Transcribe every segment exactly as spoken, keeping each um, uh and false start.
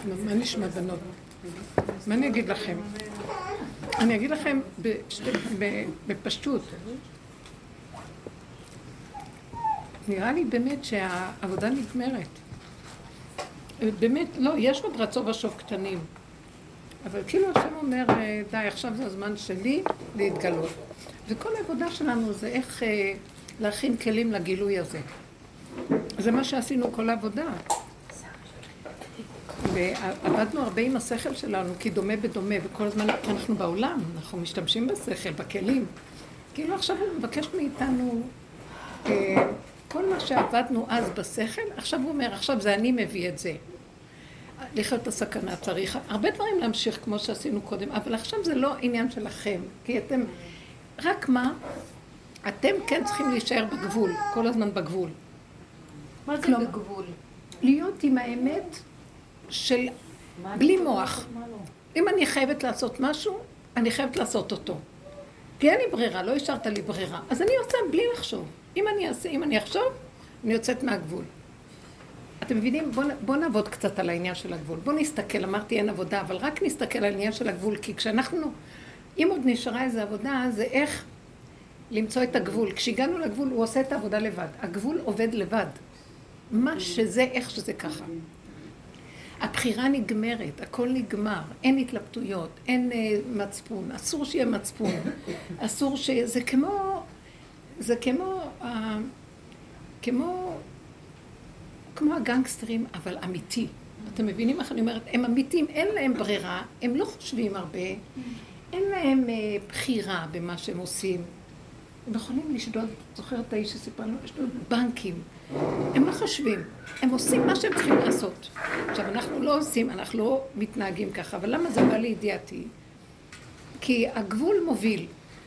מה נשמע בנות? מה אני אגיד לכם? אני אגיד לכם בפשטות. נראה לי באמת שהעבודה נגמרת. באמת, לא, יש עוד רצו ושוב קטנים. אבל כאילו השם אומר, די, עכשיו זה הזמן שלי להתגלות. וכל העבודה שלנו זה איך אה, להכין כלים לגילוי הזה. זה מה שעשינו כל העבודה. ועבדנו הרבה עם השכל שלנו, כי דומה בדומה, וכל הזמן אנחנו בעולם, אנחנו משתמשים בשכל, בכלים. כאילו עכשיו הוא מבקש מאיתנו, אה, כל מה שעבדנו אז בשכל, עכשיו הוא אומר, עכשיו זה אני מביא את זה. לחיות את הסכנה צריך, הרבה דברים להמשיך כמו שעשינו קודם, אבל עכשיו זה לא עניין שלכם, כי אתם, רק מה, אתם כן צריכים להישאר בגבול, כל הזמן בגבול. מה זה בגבול? להיות עם האמת של, בלי מוח. אם אני חייבת לעשות משהו, אני חייבת לעשות אותו. כי אין לי ברירה, לא השארת לי ברירה, אז אני עושה בלי לחשוב. אם אני אעשה, אם אני אחשוב, אני יוצאת מהגבול. אתם מבינים? בואו בוא נעבוד קצת על העניין של הגבול. בואו נסתכל, אמרתי אין עבודה, אבל רק נסתכל על העניין של הגבול, כי כשאנחנו, אם עוד נשארה איזו עבודה, זה איך למצוא את הגבול. כשהגענו לגבול, הוא עושה את העבודה לבד. הגבול עובד לבד. מה שזה, איך שזה ככה. הבחירה נגמרת, הכל נגמר, אין התלבטויות, אין uh, מצפון, אסור שיהיה מצפון, אסור ש... זה כמו, זה כמו, uh, כמו, כמו הגנגסטרים, אבל אמיתי. אתם מבינים איך אני אומרת? הם אמיתיים, אין להם ברירה, הם לא חושבים הרבה, אין להם uh, בחירה במה שהם עושים. הם יכולים לשדוד, זוכרת את האיש שסיפרנו, לשדוד בנקים. הם לא חושבים, הם עושים מה שהם צריכים לעשות. עכשיו, אנחנו לא עושים, אנחנו לא מתנהגים ככה, אבל למה זה בא לידיעתי? כי הגבול מוביל.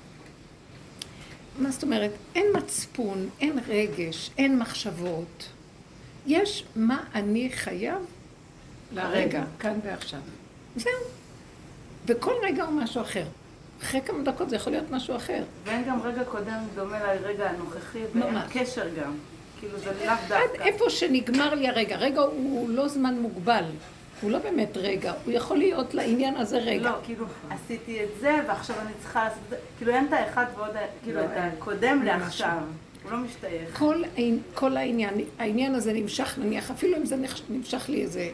מה זאת אומרת? אין מצפון, אין רגש, אין מחשבות. יש מה אני חייב לרגע, כאן ועכשיו. זהו. וכל רגע הוא משהו אחר. אחרי כמה דקות זה יכול להיות משהו אחר. ואין גם רגע קודם דומה לרגע הנוכחי, ואין קשר גם. כאילו זה לאו דווקא. עד איפה שנגמר לי הרגע. רגע הוא לא זמן מוגבל. הוא לא באמת רגע. הוא יכול להיות לעניין הזה רגע. לא, כאילו עשיתי את זה ועכשיו אני צריכה לעשות את זה. כאילו אין את האחד ועוד, כאילו את הקודם לעכשיו. הוא לא משתייך. כל, כל העניין, העניין הזה נמשך נניח, אפילו אם זה נמשך לי איזה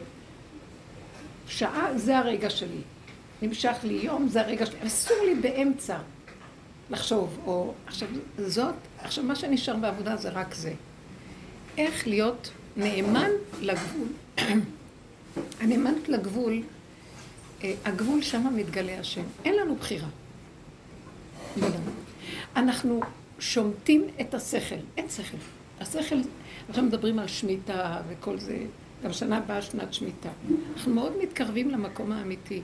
שעה, זה הרגע שלי. נמשך לי יום, זה הרגע שלי. אסור לי באמצע לחשוב, או עכשיו זאת, עכשיו מה שנשאר בעבודה זה רק זה. איך להיות נאמן לגבול. הנאמנת לגבול, הגבול שם מתגלה השם. אין לנו בחירה. אנחנו שומטים את השכל. אין שכל. השכל, עכשיו מדברים על שמיטה וכל זה, גם שנה הבאה שנת שמיטה. אנחנו מאוד מתקרבים למקום האמיתי.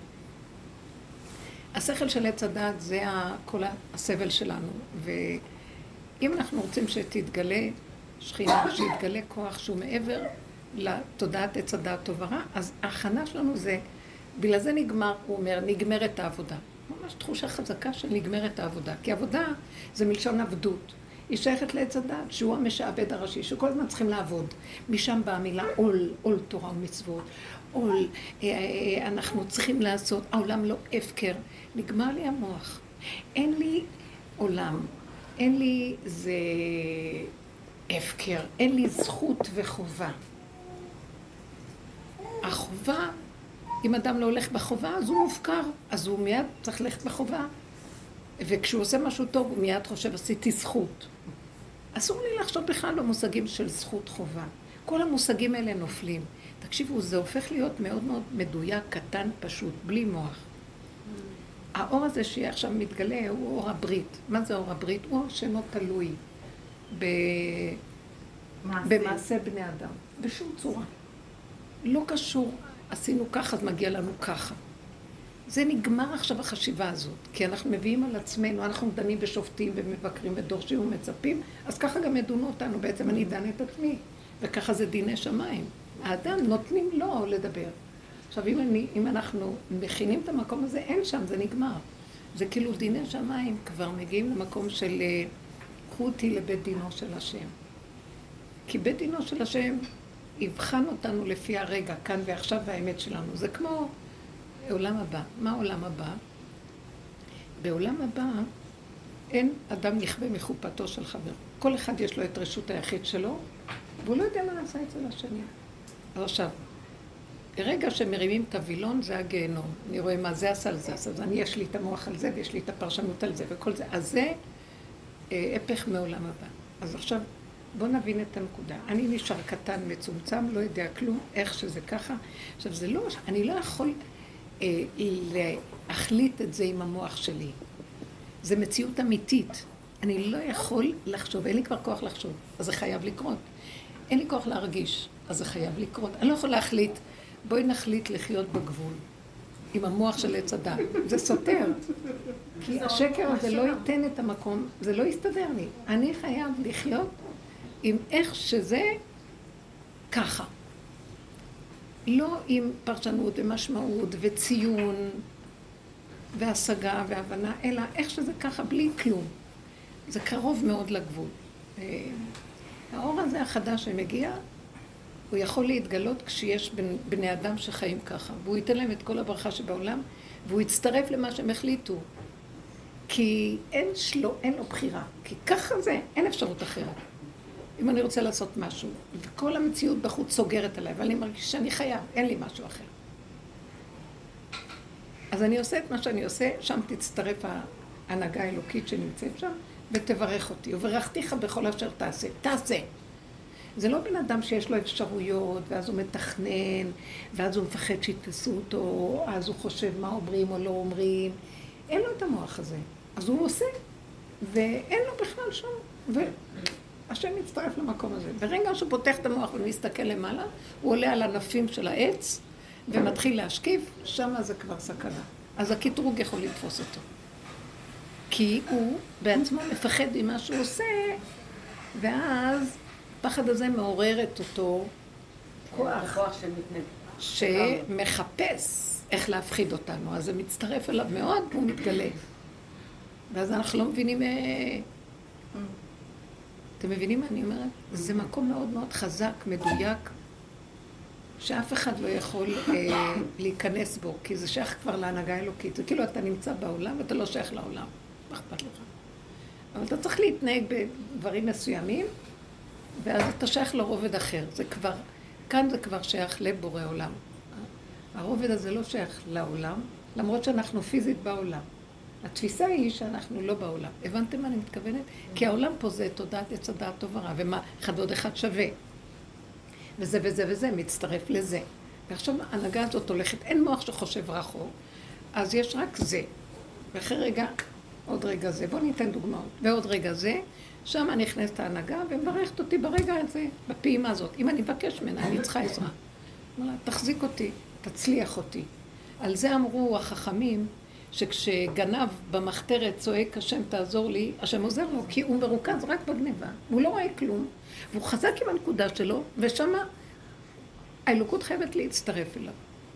השכל של עץ הדת זה כל הסבל שלנו. ואם אנחנו רוצים שתתגלה שכינה, שיתגלה כוח שהוא מעבר לתודעת עץ הדת טוב ורע, אז ההכנה שלנו זה, בגלל זה נגמר, הוא אומר, נגמרת העבודה. ממש תחושה חזקה של נגמרת העבודה. כי עבודה זה מלשון עבדות. היא שייכת לעץ הדת, שהוא המשעבד הראשי, שכל הזמן צריכים לעבוד. משם באה המילה עול, עול תורה ומצוות. עול, אנחנו צריכים לעשות, העולם לא הפקר. נגמר לי המוח. אין לי עולם, אין לי זה הפקר, אין לי זכות וחובה. החובה, אם אדם לא הולך בחובה, אז הוא מופקר, אז הוא מיד צריך ללכת בחובה. וכשהוא עושה משהו טוב, הוא מיד חושב, עשיתי זכות. אסור לי לחשוב בכלל במושגים של זכות חובה. כל המושגים האלה נופלים. תקשיבו, זה הופך להיות מאוד מאוד מדויק, קטן, פשוט, בלי מוח. האור הזה שעכשיו מתגלה הוא אור הברית. מה זה אור הברית? הוא אור שאינו תלוי ב... במעשה בני אדם. בשום צורה. לא קשור, עשינו ככה, אז מגיע לנו ככה. זה נגמר עכשיו החשיבה הזאת, כי אנחנו מביאים על עצמנו, אנחנו דנים בשופטים ומבקרים ודורשים ומצפים, אז ככה גם ידונו אותנו, בעצם אני דן את עצמי, וככה זה דיני שמיים. האדם נותנים לו לדבר. עכשיו, אם, אני, אם אנחנו מכינים את המקום הזה, אין שם, זה נגמר. זה כאילו דיני שמיים כבר מגיעים למקום של קחו אותי לבית דינו של השם. כי בית דינו של השם יבחן אותנו לפי הרגע, כאן ועכשיו והאמת שלנו. זה כמו עולם הבא. מה עולם הבא? בעולם הבא אין אדם נכווה מחופתו של חבר. כל אחד יש לו את רשות היחיד שלו, והוא לא יודע מה נעשה אצל השני. אז עכשיו, ברגע שמרימים את הווילון זה הגיהנום. אני רואה מה זה עשה לזה, אז אני יש לי את המוח על זה ויש לי את הפרשנות על זה וכל זה. אז זה אה, הפך מעולם הבא. אז עכשיו בואו נבין את הנקודה. אני נשאר קטן, מצומצם, לא יודע כלום, איך שזה ככה. עכשיו זה לא, אני לא יכול אה, להחליט את זה עם המוח שלי. זה מציאות אמיתית. אני לא יכול לחשוב, אין לי כבר כוח לחשוב, אז זה חייב לקרות. אין לי כוח להרגיש, אז זה חייב לקרות. אני לא יכול להחליט, בואי נחליט לחיות בגבול, עם המוח של עץ הדת. זה סותר. כי השקר הזה לא ייתן את המקום, זה לא יסתדר לי. אני חייב לחיות עם איך שזה ככה. לא עם פרשנות ומשמעות וציון והשגה והבנה, אלא איך שזה ככה, בלי כלום. זה קרוב מאוד לגבול. האור הזה החדש שמגיע, הוא יכול להתגלות כשיש בני אדם שחיים ככה, והוא ייתן להם את כל הברכה שבעולם, והוא יצטרף למה שהם החליטו. כי אין שלו, אין לו בחירה. כי ככה זה, אין אפשרות אחרת. אם אני רוצה לעשות משהו, וכל המציאות בחוץ סוגרת עליי, אבל אני מרגיש שאני חייב, אין לי משהו אחר. אז אני עושה את מה שאני עושה, שם תצטרף ההנהגה האלוקית שנמצאת שם, ותברך אותי. וברכתיך בכל אשר תעשה. תעשה. זה לא בן אדם שיש לו אפשרויות, ואז הוא מתכנן, ואז הוא מפחד שיתפסו אותו, אז הוא חושב מה אומרים או לא אומרים. אין לו את המוח הזה. אז הוא עושה, ואין לו בכלל שום. והשם מצטרף למקום הזה. ברגע שהוא פותח את המוח ומסתכל למעלה, הוא עולה על ענפים של העץ, ומתחיל להשקיף, שם זה כבר סכנה. אז הקטרוג יכול לתפוס אותו. כי הוא בעצמו מפחד ממה שהוא עושה, ואז הפחד הזה מעורר את אותו כוח שמחפש איך להפחיד אותנו. אז זה מצטרף אליו מאוד והוא מתגלה. ואז אנחנו לא מבינים... אתם מבינים מה אני אומרת? זה מקום מאוד מאוד חזק, מדויק, שאף אחד לא יכול אה, להיכנס בו, כי זה שייך כבר להנהגה האלוקית. זה כאילו אתה נמצא בעולם ואתה לא שייך לעולם. מה אכפת לך? אבל אתה צריך להתנהג בדברים מסוימים, ואז אתה שייך לרובד אחר. זה כבר, כאן זה כבר שייך לבורא עולם. הרובד הזה לא שייך לעולם, למרות שאנחנו פיזית בעולם. התפיסה היא שאנחנו לא בעולם. הבנתם מה אני מתכוונת? כי העולם פה זה תודעת עץ הדעת טוב ורע, ומה אחד עוד אחד שווה. וזה וזה וזה מצטרף לזה. ועכשיו ההנהגה הזאת הולכת, אין מוח שחושב רחוק, אז יש רק זה. ואחרי רגע, עוד רגע זה, בואו ניתן דוגמאות. ועוד רגע זה, שם נכנסת ההנהגה ומברכת אותי ברגע הזה, בפעימה הזאת. אם אני מבקש ממנה, אני צריכה עזרה. אמרה, תחזיק אותי, תצליח אותי. על זה אמרו החכמים, שכשגנב במחתרת צועק השם תעזור לי, השם עוזר לו, כי הוא מרוכז רק בגניבה. הוא לא רואה כלום, והוא חזק עם הנקודה שלו, ושם האלוקות חייבת להצטרף אליו.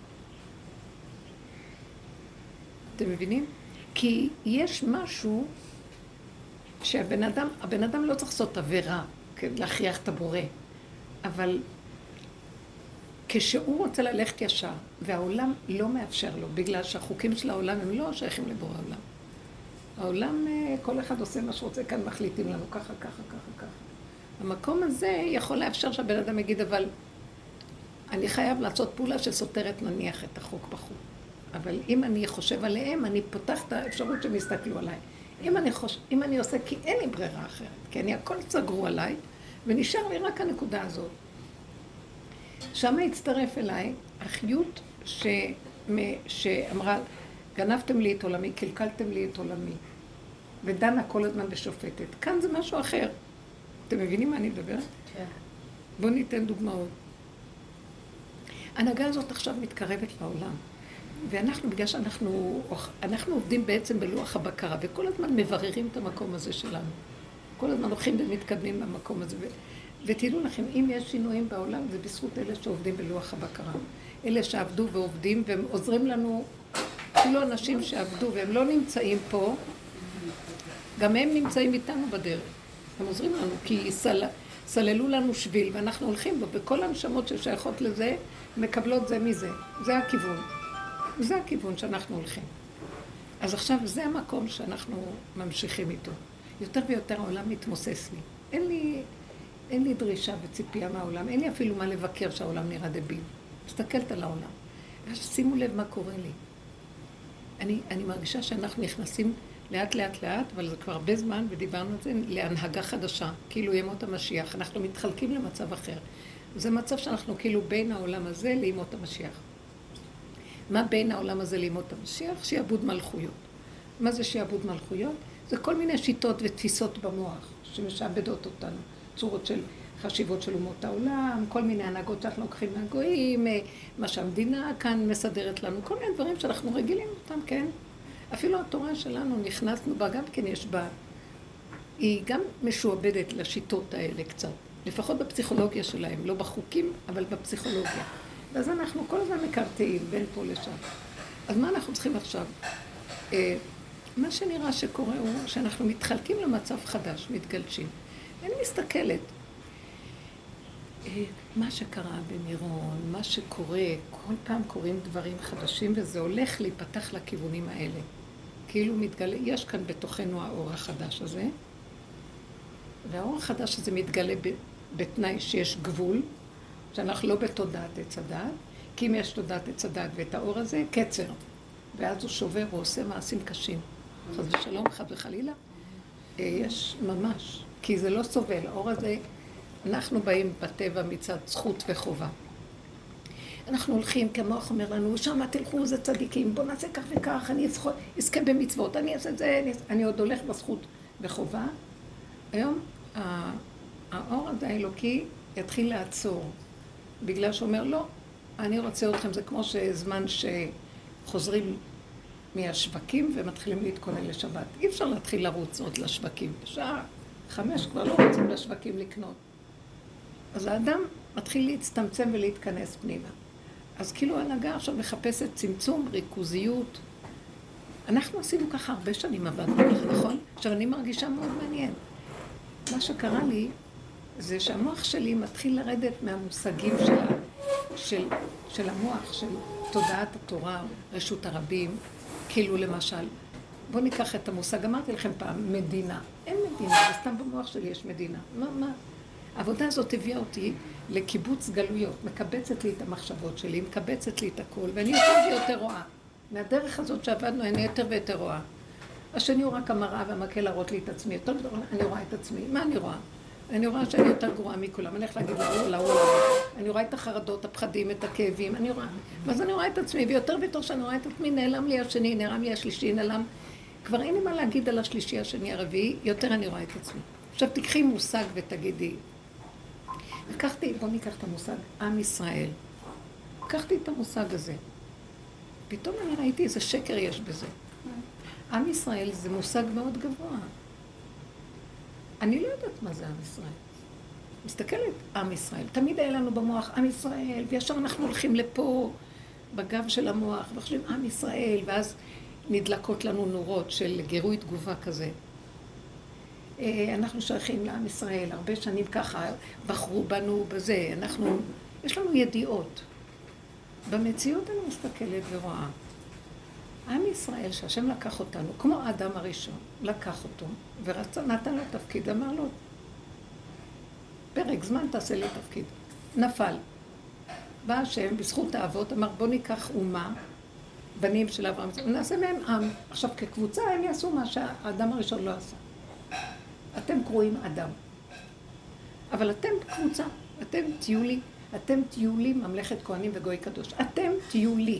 אתם מבינים? כי יש משהו שהבן אדם, הבן אדם לא צריך לעשות עבירה, להכריח את הבורא, אבל כשהוא רוצה ללכת ישר, והעולם לא מאפשר לו, בגלל שהחוקים של העולם הם לא שייכים לבורא העולם. העולם, כל אחד עושה מה שרוצה, כאן מחליטים לנו ככה, ככה, ככה, ככה. המקום הזה יכול לאפשר שהבן אדם יגיד, אבל אני חייב לעשות פעולה שסותרת נניח את החוק בחוק. אבל אם אני חושב עליהם, אני פותח את האפשרות שהם יסתכלו עליי. אם אני, חוש... אם אני עושה, כי אין לי ברירה אחרת, כי אני הכל סגרו עליי, ונשאר לי רק הנקודה הזאת. שם הצטרף אליי החיות ש... שאמרה, גנבתם לי את עולמי, קלקלתם לי את עולמי, ודנה כל הזמן בשופטת. כאן זה משהו אחר. אתם מבינים מה אני מדבר? כן. בואו ניתן דוגמאות. ההנהגה הזאת עכשיו מתקרבת לעולם. ואנחנו, בגלל שאנחנו אנחנו עובדים בעצם בלוח הבקרה, וכל הזמן מבררים את המקום הזה שלנו. כל הזמן הולכים ומתקדמים במקום הזה. ו... ותדעו לכם, אם יש שינויים בעולם, זה בזכות אלה שעובדים בלוח הבקרה. אלה שעבדו ועובדים, והם עוזרים לנו, אפילו אנשים שעבדו, והם לא נמצאים פה, גם הם נמצאים איתנו בדרך. הם עוזרים לנו, כי סל... סללו לנו שביל, ואנחנו הולכים בו, וכל הנשמות ששייכות לזה, מקבלות זה מזה. זה הכיוון. זה הכיוון שאנחנו הולכים. אז עכשיו זה המקום שאנחנו ממשיכים איתו. יותר ויותר העולם מתמוסס לי. אין לי, אין לי דרישה וציפייה מהעולם, אין לי אפילו מה לבקר שהעולם נראה דביל. מסתכלת על העולם. שימו לב מה קורה לי. אני, אני מרגישה שאנחנו נכנסים לאט לאט לאט, אבל זה כבר הרבה זמן, ודיברנו על זה, להנהגה חדשה, כאילו ימות המשיח. אנחנו מתחלקים למצב אחר. זה מצב שאנחנו כאילו בין העולם הזה לימות המשיח. מה בין העולם הזה לימות המשיח? שיעבוד מלכויות. מה זה שיעבוד מלכויות? זה כל מיני שיטות ותפיסות במוח שמשעבדות אותנו. צורות של חשיבות של אומות העולם, כל מיני הנהגות שאנחנו לוקחים מהגויים, מה שהמדינה כאן מסדרת לנו, כל מיני דברים שאנחנו רגילים אותם, כן? אפילו התורה שלנו נכנסנו בה, גם כן יש בה, היא גם משועבדת לשיטות האלה קצת. לפחות בפסיכולוגיה שלהם, לא בחוקים, אבל בפסיכולוגיה. ואז אנחנו כל הזמן מקרטעים בין פה לשם. אז מה אנחנו צריכים עכשיו? מה שנראה שקורה הוא שאנחנו מתחלקים למצב חדש, מתגלשים. אני מסתכלת. מה שקרה במירון, מה שקורה, כל פעם קורים דברים חדשים, וזה הולך להיפתח לכיוונים האלה. כאילו מתגלה, יש כאן בתוכנו האור החדש הזה, והאור החדש הזה מתגלה בתנאי שיש גבול, שאנחנו לא בתודעת עץ הדעת, כי אם יש תודעת עץ הדעת ואת האור הזה, קצר. ואז הוא שובר, הוא עושה מעשים קשים. חס ושלום, חס וחלילה. יש ממש, כי זה לא סובל. האור הזה, אנחנו באים בטבע מצד זכות וחובה. אנחנו הולכים, כי המוח אומר לנו, שם תלכו, זה צדיקים, בוא נעשה כך וכך, אני אזכה במצוות, אני אעשה את זה, אני, אני עוד הולך בזכות וחובה. היום, האור הזה האלוקי יתחיל לעצור, בגלל שאומר, לא, אני רוצה אתכם, זה כמו שזמן שחוזרים מהשווקים ומתחילים להתכונן לשבת. אי אפשר להתחיל לרוץ עוד לשווקים. בשעה חמש כבר לא רוצים לשווקים לקנות. אז האדם מתחיל להצטמצם ולהתכנס פנימה. אז כאילו ההנהגה עכשיו מחפשת צמצום, ריכוזיות. אנחנו עשינו ככה הרבה שנים עבדנו ככה, נכון? עכשיו אני מרגישה מאוד מעניין. מה שקרה לי זה שהמוח שלי מתחיל לרדת מהמושגים של, של, של המוח, של תודעת התורה, רשות הרבים, כאילו למשל. בואו ניקח את המושג, אמרתי לכם פעם, מדינה. אין מדינה, זה סתם במוח שלי יש מדינה. מה, מה? העבודה הזאת הביאה אותי לקיבוץ גלויות, מקבצת לי את המחשבות שלי, מקבצת לי את הכל, ואני יותר ויותר רואה. מהדרך הזאת שעבדנו, אני יותר ויותר רואה. השני הוא רק המראה והמקל להראות לי את עצמי. יותר ויותר אני רואה את עצמי. מה אני רואה? אני רואה שאני יותר גרועה מכולם. אני הולך להגיד להוא, להוא, להוא. אני רואה את החרדות, הפחדים, את הכאבים. אני רואה. ואז אני רואה את עצמי, ויותר ויותר שאני רואה את עצמי, נעלם לי השני, נעלם לי השלישי, נעלם. כבר אין לי מה להגיד על השלישי, השני, הרביעי, יותר אני רואה את עצמי. עכשיו תקחי מושג ותגידי. לקחתי, בוא ניקח את המושג, עם ישראל. לקחתי את המושג הזה. פתאום אני ראיתי איזה שקר יש בזה. עם ישראל זה מושג מאוד גבוה. אני לא יודעת מה זה עם ישראל. מסתכלת, עם ישראל. תמיד היה לנו במוח עם ישראל, וישר אנחנו הולכים לפה, בגב של המוח, וחושבים עם ישראל, ואז נדלקות לנו נורות של גירוי תגובה כזה. אנחנו שייכים לעם ישראל, הרבה שנים ככה, בחרו בנו בזה, אנחנו, יש לנו ידיעות. במציאות אני מסתכלת ורואה. עם ישראל, שהשם לקח אותנו, כמו האדם הראשון, לקח אותו, ורצה, נתן לו תפקיד, אמר לו, פרק זמן תעשה לי תפקיד. נפל. בא השם, בזכות האבות, אמר, בוא ניקח אומה, בנים של אברהם, ונעשה מהם עם. עכשיו, כקבוצה, הם יעשו מה שהאדם הראשון לא עשה. אתם קרואים אדם. אבל אתם קבוצה, אתם תהיו לי, אתם תהיו לי ממלכת כהנים וגוי קדוש. אתם תהיו לי.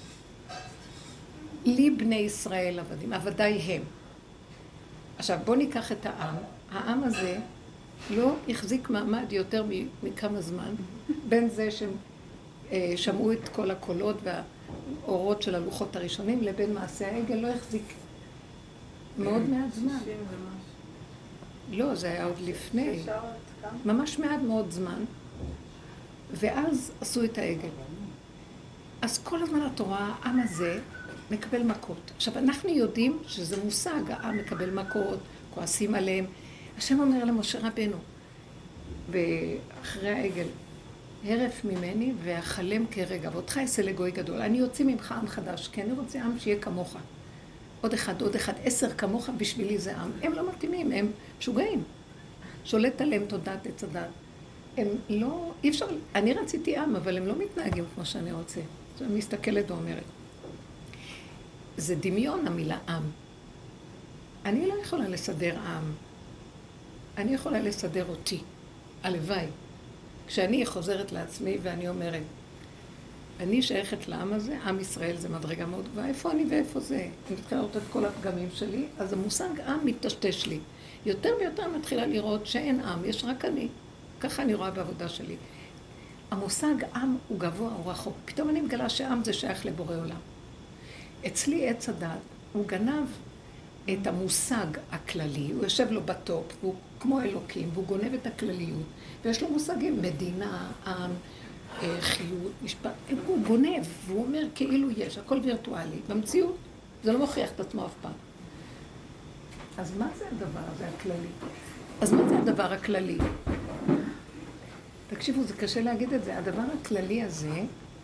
לי בני ישראל עבדים, עבדיי הם. עכשיו בואו ניקח את העם. העם הזה לא החזיק מעמד יותר מכמה זמן, בין זה שהם שמעו את כל הקולות והאורות של הלוחות הראשונים, לבין מעשה העגל לא החזיק מאוד מעט זמן. לא, זה היה עוד לפני. ממש מעט מאוד זמן. ואז עשו את העגל. אז כל הזמן התורה, העם הזה מקבל מכות. עכשיו, אנחנו יודעים שזה מושג, העם מקבל מכות, כועסים עליהם. השם אומר למשה רבנו, אחרי העגל, הרף ממני ואחלם כרגע, ואותך אעשה לגוי גדול. אני יוצא ממך עם חדש, כי אני רוצה עם שיהיה כמוך. עוד אחד, עוד אחד, עשר כמוך, בשבילי זה עם. הם לא מתאימים, הם משוגעים. שולט עליהם תודעת עץ הדת. הם לא, אי אפשר, אני רציתי עם, אבל הם לא מתנהגים כמו שאני רוצה. אז אני מסתכלת ואומרת. זה דמיון המילה עם. אני לא יכולה לסדר עם. אני יכולה לסדר אותי. הלוואי. כשאני חוזרת לעצמי ואני אומרת, אני שייכת לעם הזה, עם ישראל זה מדרגה מאוד גבוהה, איפה אני ואיפה זה? אני מתחילה לראות את כל הפגמים שלי, אז המושג עם מתשתש לי. יותר ויותר מתחילה לראות שאין עם, יש רק אני. ככה אני רואה בעבודה שלי. המושג עם הוא גבוה, הוא רחוק. פתאום אני מגלה שעם זה שייך לבורא עולם. אצלי עץ הדת, הוא גנב את המושג הכללי, הוא יושב לו בטופ, והוא כמו אלוקים, והוא גונב את הכלליות, ויש לו מושגים, מדינה, עם, חיות, משפט, הוא גונב, והוא אומר כאילו יש, הכל וירטואלי. במציאות זה לא מוכיח את עצמו אף פעם. אז מה זה הדבר הזה הכללי? אז מה זה הדבר הכללי? תקשיבו, זה קשה להגיד את זה. הדבר הכללי הזה,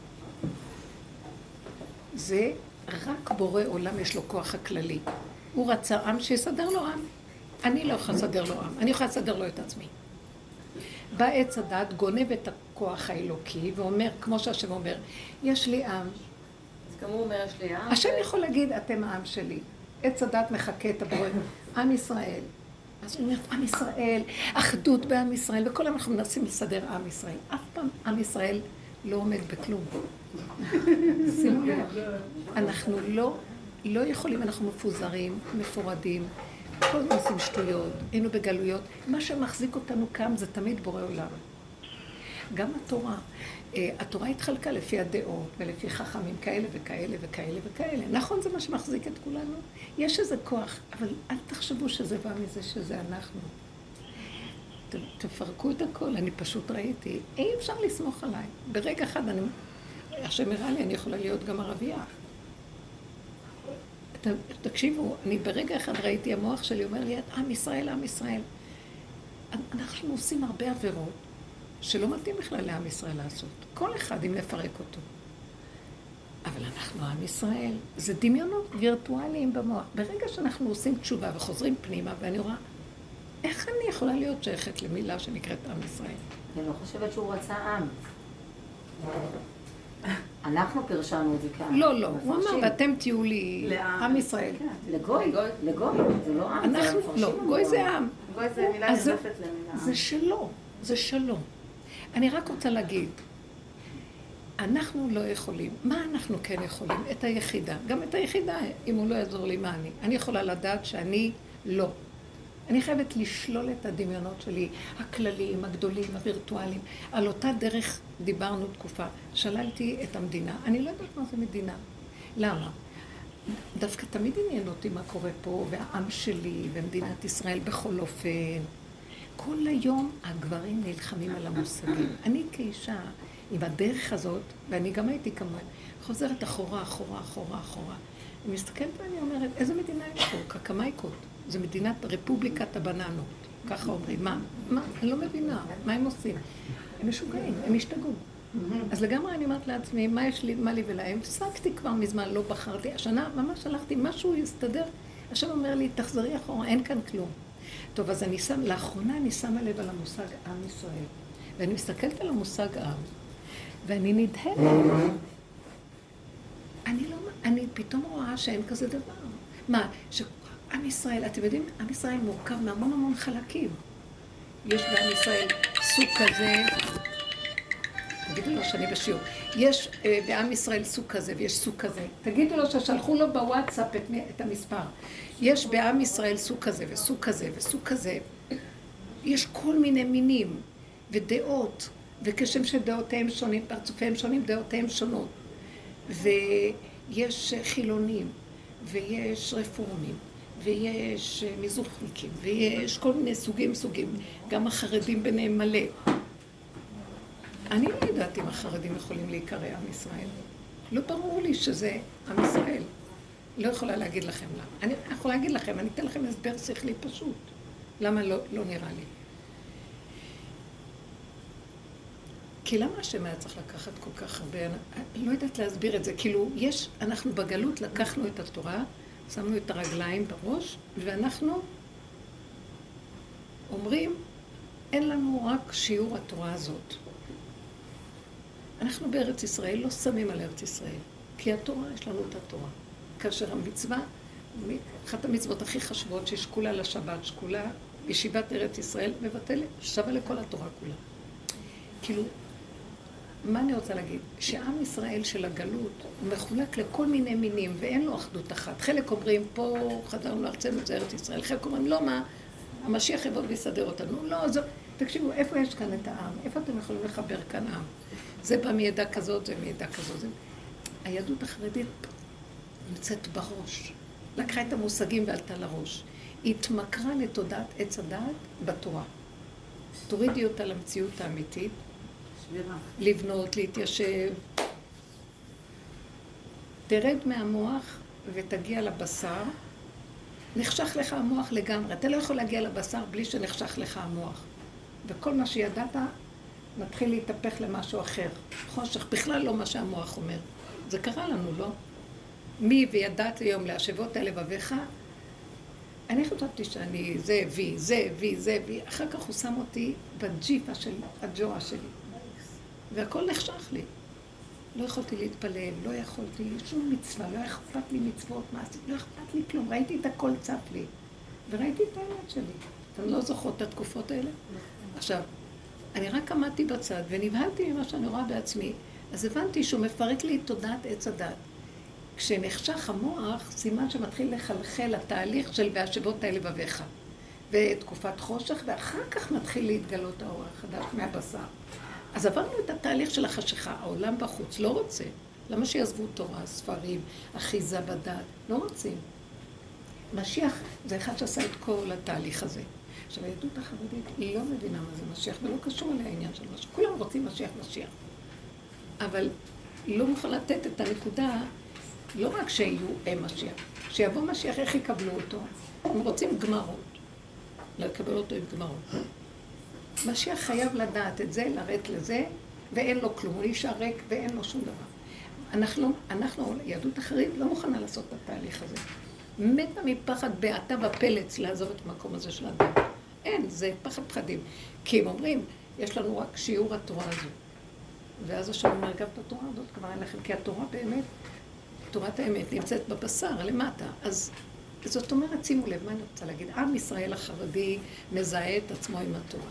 זה רק בורא עולם יש לו כוח הכללי. הוא רצה עם שיסדר לו עם. אני לא יכולה לסדר לו עם, אני יכולה לסדר לו את עצמי. בא עץ הדת, גונב את הכוח האלוקי, ואומר, כמו שהשם אומר, יש לי עם. אז כמו הוא אומר, יש לי עם. השם יכול להגיד, אתם העם שלי. עץ הדת מחכה את הבורא, עם ישראל. אז הוא אומר, עם ישראל, אחדות בעם ישראל, וכל אנחנו מנסים לסדר עם ישראל. אף פעם עם ישראל לא עומד בכלום. שימו לב, אנחנו לא, לא יכולים, אנחנו מפוזרים, מפורדים, כל הזמן עושים שטויות, היינו בגלויות. מה שמחזיק אותנו כאן זה תמיד בורא עולם. גם התורה, התורה התחלקה לפי הדעות ולפי חכמים כאלה וכאלה וכאלה וכאלה. נכון, זה מה שמחזיק את כולנו? יש איזה כוח, אבל אל תחשבו שזה בא מזה שזה אנחנו. תפרקו את הכל, אני פשוט ראיתי, אי אפשר לסמוך עליי. ברגע אחד, אני, השם הראה לי, אני יכולה להיות גם ערבייה. תקשיבו, אני ברגע אחד ראיתי, המוח שלי אומר לי, עם ישראל, עם ישראל. אנחנו עושים הרבה עבירות שלא מתאים בכלל לעם ישראל לעשות. כל אחד אם נפרק אותו. אבל אנחנו עם ישראל. זה דמיונות וירטואליים במוח. ברגע שאנחנו עושים תשובה וחוזרים פנימה, ואני רואה, איך אני יכולה להיות שייכת למילה שנקראת עם ישראל? אני לא חושבת שהוא רצה עם. אנחנו פרשנו את זה כאן. לא, לא. הוא אמר, ואתם תהיו לי עם ישראל. לגוי, לגוי. זה לא עם. אנחנו, לא, גוי זה עם. גוי זה מילה נוספת למילה. זה שלו, זה שלו. אני רק רוצה להגיד, אנחנו לא יכולים. מה אנחנו כן יכולים? את היחידה. גם את היחידה, אם הוא לא יעזור לי, מה אני? אני יכולה לדעת שאני לא. אני חייבת לשלול את הדמיונות שלי, הכלליים, הגדולים, הווירטואליים. על אותה דרך דיברנו תקופה. שללתי את המדינה. אני לא יודעת מה זה מדינה. למה? דווקא תמיד עניין אותי מה קורה פה, והעם שלי, ומדינת ישראל בכל אופן. כל היום הגברים נלחמים על המושגים. אני כאישה, עם הדרך הזאת, ואני גם הייתי כמובן, חוזרת אחורה, אחורה, אחורה, אחורה. אני מסתכלת ואני אומרת, איזה מדינה יש פה? קקמייקות. זה מדינת רפובליקת הבננות. ככה אומרים. מה? מה? אני לא מבינה. מה הם עושים? הם משוגעים, הם השתגעו. אז לגמרי אני אומרת לעצמי, מה יש לי, מה לי ולהם? הפסקתי כבר מזמן, לא בחרתי. השנה ממש הלכתי, משהו יסתדר. השם אומר לי, תחזרי אחורה, אין כאן כלום. טוב, אז אני שם, לאחרונה אני שמה לב על המושג עם ישראל. ואני מסתכלת על המושג עם, ואני נדהמת. אני לא, אני פתאום רואה שאין כזה דבר. מה, שעם ישראל, אתם יודעים, עם ישראל מורכב מהמון המון חלקים. יש בעם ישראל סוג כזה, תגידו לו שאני בשיעור, יש אה, בעם ישראל סוג כזה ויש סוג כזה. תגידו לו ששלחו לו בוואטסאפ את, את המספר. יש בעם ישראל סוג כזה וסוג כזה וסוג כזה. יש כל מיני מינים ודעות, וכשם שדעותיהם שונים, פרצופיהם שונים, דעותיהם שונות. ויש חילונים, ויש רפורמים, ויש מזוכניקים, ויש כל מיני סוגים סוגים. גם החרדים ביניהם מלא. אני לא יודעת אם החרדים יכולים להיקרא עם ישראל. לא ברור לי שזה עם ישראל. לא יכולה להגיד לכם למה. אני יכולה להגיד לכם, אני אתן לכם הסבר שכלי פשוט. למה לא, לא נראה לי? כי למה השם היה צריך לקחת כל כך הרבה? אני לא יודעת להסביר את זה. כאילו, יש, אנחנו בגלות לקחנו את התורה, שמנו את הרגליים בראש, ואנחנו אומרים, אין לנו רק שיעור התורה הזאת. אנחנו בארץ ישראל לא שמים על ארץ ישראל, כי התורה, יש לנו את התורה. כאשר המצווה, אחת המצוות הכי חשובות ששקולה לשבת, שקולה ישיבת ארץ ישראל, מבטלת, שווה לכל התורה כולה. כאילו, מה אני רוצה להגיד? שעם ישראל של הגלות הוא מחולק לכל מיני מינים ואין לו אחדות אחת. חלק אומרים, פה חזרנו לארצנו, זה ארץ ישראל. חלק אומרים, לא מה, המשיח יבוא ויסדר אותנו. לא, זו, תקשיבו, איפה יש כאן את העם? איפה אתם יכולים לחבר כאן עם? זה בא מידע כזאת, זה מידע כזאת. זה... היהדות החרדית נמצאת בראש. לקחה את המושגים ועלתה לראש. היא התמכרה לתודעת עץ הדעת בתורה. תורידי אותה למציאות האמיתית. לבנות, להתיישב. תרד מהמוח ותגיע לבשר. נחשך לך המוח לגמרי. אתה לא יכול להגיע לבשר בלי שנחשך לך המוח. וכל מה שידעת מתחיל להתהפך למשהו אחר. חושך, בכלל לא מה שהמוח אומר. זה קרה לנו, לא? מי וידעת היום להשבות אל לבביך? אני חשבתי שאני זה וי, זה וי, זה וי. אחר כך הוא שם אותי בג'יפה של הג'ורה שלי. והכל נחשך לי. לא יכולתי להתפלל, לא יכולתי שום מצווה, לא אכפת לי מצוות מעשית, לא אכפת לי כלום. ראיתי את הכל צף לי. וראיתי את האמת שלי. אתם לא זוכרות את התקופות האלה? עכשיו, אני רק עמדתי בצד ונבהלתי ממה שאני רואה בעצמי, אז הבנתי שהוא מפרק לי את תודעת עץ הדת. כשנחשך המוח, סימן שמתחיל לחלחל התהליך של והשבות אל לבביך. ותקופת חושך, ואחר כך מתחיל להתגלות האור החדש מהבשר. אז עברנו את התהליך של החשיכה, העולם בחוץ לא רוצה. למה שיעזבו תורה, ספרים, אחיזה בדת? לא רוצים. משיח זה אחד שעשה את כל התהליך הזה. עכשיו, היהדות החרדית היא לא מבינה מה זה משיח, ולא קשור אליה העניין של משיח. כולם רוצים משיח, משיח. אבל היא לא מוכנה לתת את הנקודה, לא רק שיהיו הם משיח. שיבוא משיח, איך יקבלו אותו? הם רוצים גמרות. לקבל אותו עם גמרות. משיח חייב לדעת את זה, לרדת לזה, ואין לו כלום, הוא נשאר ריק ואין לו שום דבר. אנחנו, אנחנו, יהדות אחרית, לא מוכנה לעשות את התהליך הזה. מתה מפחד בעתה ופלץ לעזוב את המקום הזה של האדם. אין, זה פחד פחדים. כי הם אומרים, יש לנו רק שיעור התורה הזו. ואז השם אומר, גם את התורה הזאת כבר אין לכם, כי התורה באמת, תורת האמת נמצאת בבשר, למטה. אז זאת אומרת, שימו לב, מה אני רוצה להגיד? עם ישראל החרדי מזהה את עצמו עם התורה.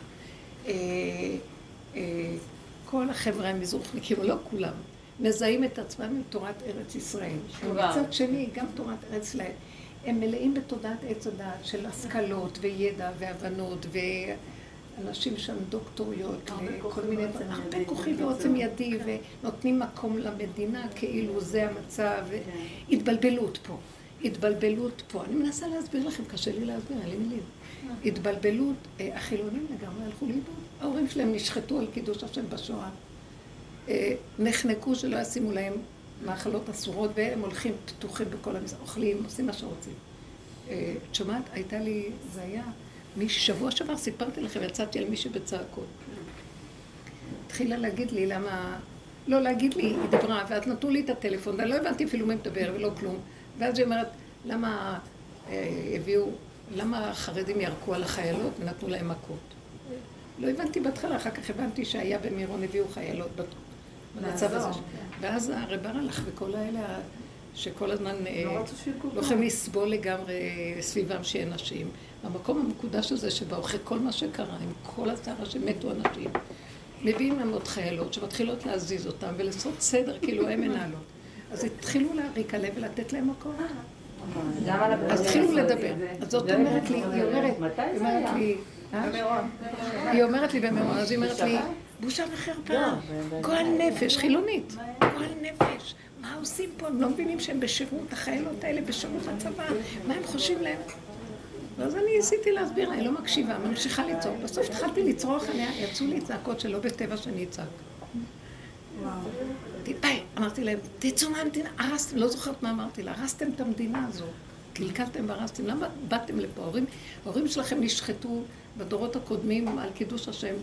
כל החבר'ה המזרוחניקים, לא כולם, מזהים את עצמם עם תורת ארץ ישראל. מצד שני, גם תורת ארץ ישראל. הם מלאים בתודעת עץ הדעת של השכלות וידע והבנות ואנשים שם דוקטוריות לכל מיני דברים. הרבה כוחים ועוצם ידי ונותנים מקום למדינה כאילו זה המצב. התבלבלות פה. התבלבלות פה. אני מנסה להסביר לכם, קשה לי להסביר, אין לי מילים. התבלבלות, החילונים לגמרי הלכו לאיבוד. ההורים שלהם נשחטו על קידוש השם בשואה. נחנקו שלא ישימו להם מאכלות אסורות, והם הולכים פתוחים בכל המזרח, אוכלים, עושים מה שרוצים. את שומעת, הייתה לי, זה היה, שבוע שעבר סיפרתי לכם, יצאתי על מישהי בצעקות. התחילה להגיד לי למה, לא להגיד לי, היא דיברה, ואז נתנו לי את הטלפון, ואני לא הבנתי אפילו מי מדבר ולא כלום. ואז היא אומרת, למה הביאו, למה החרדים ירקו על החיילות ונתנו להם מכות? לא הבנתי בהתחלה, אחר כך הבנתי שהיה במירון הביאו חיילות במצב הזה. ואז הרבר הלך וכל האלה שכל הזמן לא יכולים לסבול לגמרי סביבם שיהיה נשים. המקום המקודש הזה שבא אחרי כל מה שקרה, עם כל הצערה שמתו אנשים, מביאים להם עוד חיילות שמתחילות להזיז אותם ולעשות סדר, כאילו הם מנהלות. אז התחילו להריק עליהם ולתת להם מקום. אז התחילו לדבר. אז זאת אומרת לי, היא אומרת, היא אומרת לי, היא אומרת לי במירון, אז היא אומרת לי, בושה וחרפה, גועל נפש, חילונית, גועל נפש. מה עושים פה? הם לא מבינים שהם בשירות, החיילות האלה בשירות הצבא, מה הם חושבים להם? ואז אני עשיתי להסביר, אני לא מקשיבה, ממשיכה לצעוק. בסוף התחלתי לצרוח עליה, יצאו לי צעקות שלא בטבע שאני אצעק. די, אמרתי להם, תצאו מהמדינה, הרסתם, לא זוכרת מה אמרתי לה, הרסתם את המדינה הזו, קלקלתם והרסתם, למה באתם לפה? ההורים, ההורים שלכם נשחטו בדורות הקודמים על קידוש השם,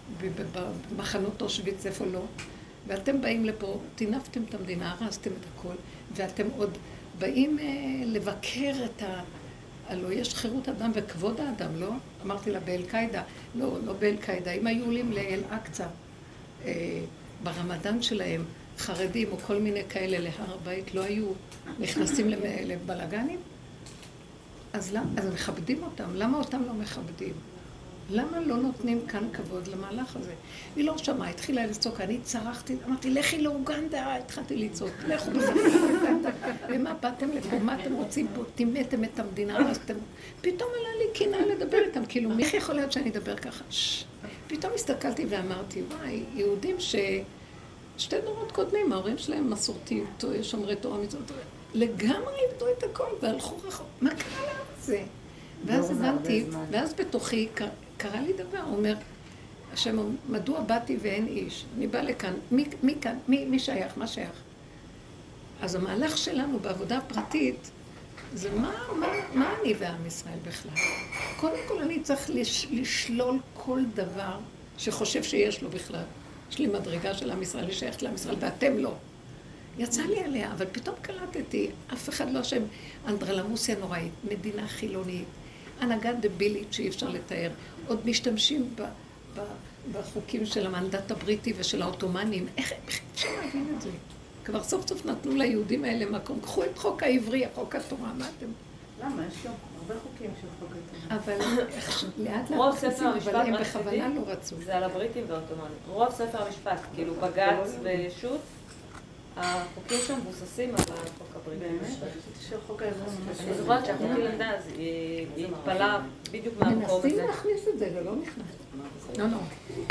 במחנות אושוויץ, איפה לא, ואתם באים לפה, טינפתם את המדינה, הרסתם את הכל, ואתם עוד באים אה, לבקר את ה... הלוא יש חירות אדם וכבוד האדם, לא? אמרתי לה באל-קאידה, לא, לא באל-קאידה, אם היו עולים לאל-אקצה, אה, ברמדאן שלהם, חרדים או כל מיני כאלה להר הבית, לא היו נכנסים לבלגנים? אז למה? אז מכבדים אותם. למה אותם לא מכבדים? למה לא נותנים כאן כבוד למהלך הזה? היא לא שמעה, התחילה לצעוק, אני צרחתי, אמרתי, לכי לאוגנדה, התחלתי לצעוק, לכו בזה. ומה, באתם לפה, מה אתם רוצים פה? טימאתם את המדינה, הרסתם. פתאום עלה לי קנאה לדבר איתם, כאילו, מי יכול להיות שאני אדבר ככה? פתאום הסתכלתי ואמרתי, וואי, יהודים ש... שתי דורות קודמים, ההורים שלהם מסורתיים, שומרי תורה מצוות, לגמרי איבדו את הכל והלכו רחוק. מה קרה להם זה? ואז הבנתי, ואז בתוכי קרה לי דבר, הוא אומר, השם, מדוע באתי ואין איש? אני באה לכאן, מי, מי כאן? מי, מי שייך? מה שייך? אז המהלך שלנו בעבודה הפרטית, זה מה, מה, מה אני ועם ישראל בכלל? קודם כל אני צריך לש, לשלול כל דבר שחושב שיש לו בכלל. יש לי מדרגה של עם ישראל, היא שייכת לעם ישראל, ואתם לא. יצא לי עליה, אבל פתאום קלטתי, אף אחד לא שם אנדרלמוסיה נוראית, מדינה חילונית, הנהגה דבילית שאי אפשר לתאר. עוד משתמשים ב, ב, בחוקים של המנדט הבריטי ושל העותומנים. איך אפשר להבין את זה? כבר סוף סוף נתנו ליהודים האלה מקום. קחו את חוק העברי, החוק התורה, מה אתם? למה? יש גם הרבה חוקים של חוק התורה. אבל לאט לאט מכניסים, אבל הם בכוונה לא רצו. זה על הבריטים והעותומנים. רוב ספר המשפט, כאילו בג"ץ ושות, החוקים שם מבוססים על החוק הבריטי. באמת? של חוק העברי ממש. אני זוכרת שהחוקי לנדה, אז היא התפלה בדיוק מהמקום הזה. מנסים להכניס את זה, זה לא נכנס. לא, לא.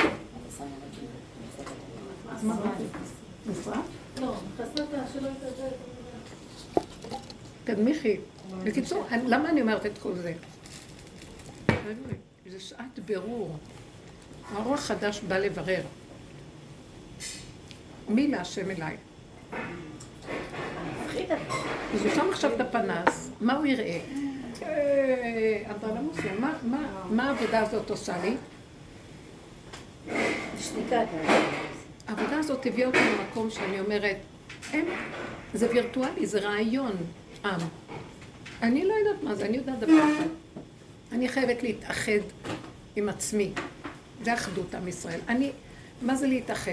אז מה? נפרד? לא, חסרת שלא יתעזר. תדמיכי. בקיצור, למה אני אומרת את כל זה? זה שעת ברור. הרוח החדש בא לברר. מי להשם אליי? אז הוא שם עכשיו את הפנס, מה הוא יראה? אנדרלמוסיה, מה העבודה הזאת עושה לי? שתיקה. העבודה הזאת הביאה אותי למקום שאני אומרת, זה וירטואלי, זה רעיון, עם. אני לא יודעת מה זה, אני יודעת דבר אחד. אני חייבת להתאחד עם עצמי. זה אחדות עם ישראל. אני, מה זה להתאחד?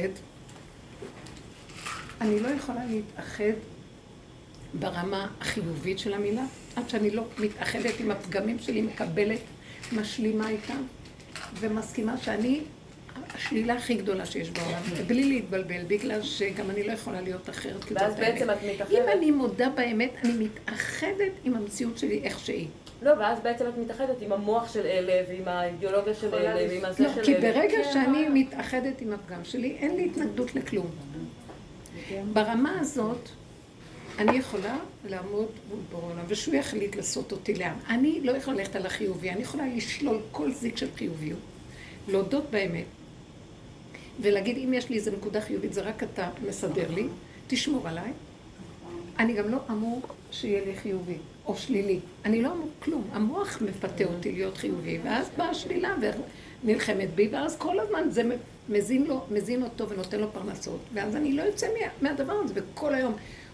אני לא יכולה להתאחד ברמה החיובית של המילה, עד שאני לא מתאחדת עם הפגמים שלי, מקבלת, משלימה איתם, ומסכימה שאני השלילה הכי גדולה שיש בעולם, בלי להתבלבל, בגלל שגם אני לא יכולה להיות אחרת. ואז בעצם את מתאחדת... אם אני מודה באמת, אני מתאחדת עם המציאות שלי איך שהיא. לא, ואז בעצם את מתאחדת עם המוח של אלה, ועם האידיאולוגיה של אלה, ועם הזה של אלה. לא, כי ברגע שאני מתאחדת עם הפגם שלי, אין לי התנגדות לכלום. ברמה הזאת, אני יכולה לעמוד מול בורא עולם, ושהוא יחליט לעשות אותי לאן. אני לא יכולה ללכת על החיובי, אני יכולה לשלול כל זיק של חיוביות, להודות באמת, ולהגיד, אם יש לי איזו נקודה חיובית, זה רק אתה מסדר לי, תשמור עליי. אני גם לא אמור שיהיה לי חיובי או שלילי. אני לא אמור כלום. המוח מפתה אותי להיות חיובי, ואז באה שלילה ונלחמת בי, ואז כל הזמן זה מזין, לו, מזין אותו ונותן לו פרנסות. ואז אני לא יוצא מהדבר הזה, וכל היום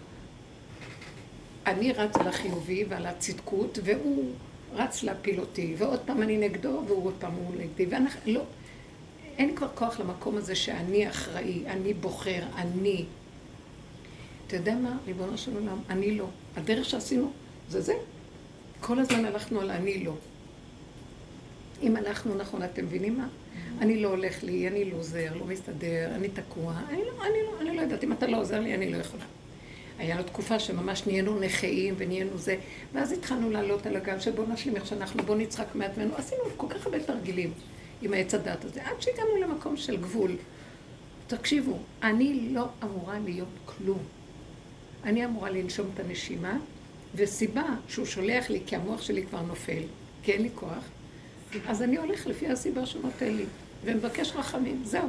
אני רץ על החיובי ועל הצדקות, והוא רץ להפיל אותי, ועוד פעם אני נגדו, והוא עוד פעם הוא נגדי. ואנחנו, לא, אין כבר כוח למקום הזה שאני אחראי, אני בוחר, אני. אתה יודע מה? ריבונו של עולם, אני לא. הדרך שעשינו זה זה. כל הזמן הלכנו על אני לא. אם הלכנו נכון, אתם מבינים מה? אני לא הולך לי, אני לא עוזר, לא מסתדר, אני תקוע. אני לא, אני לא, אני לא יודעת, אם אתה לא עוזר לי, אני לא יכולה. היה לו תקופה שממש נהיינו נחיים ונהיינו זה, ואז התחלנו לעלות על הגל שבוא נשלים איך שאנחנו, בוא נצחק מעצמנו. עשינו כל כך הרבה תרגילים עם העץ הדת הזה, עד שהגענו למקום של גבול. תקשיבו, אני לא אמורה להיות כלום. אני אמורה לנשום את הנשימה, וסיבה שהוא שולח לי, כי המוח שלי כבר נופל, כי אין לי כוח, אז אני הולך לפי הסיבה שהוא נותן לי, ומבקש רחמים, זהו.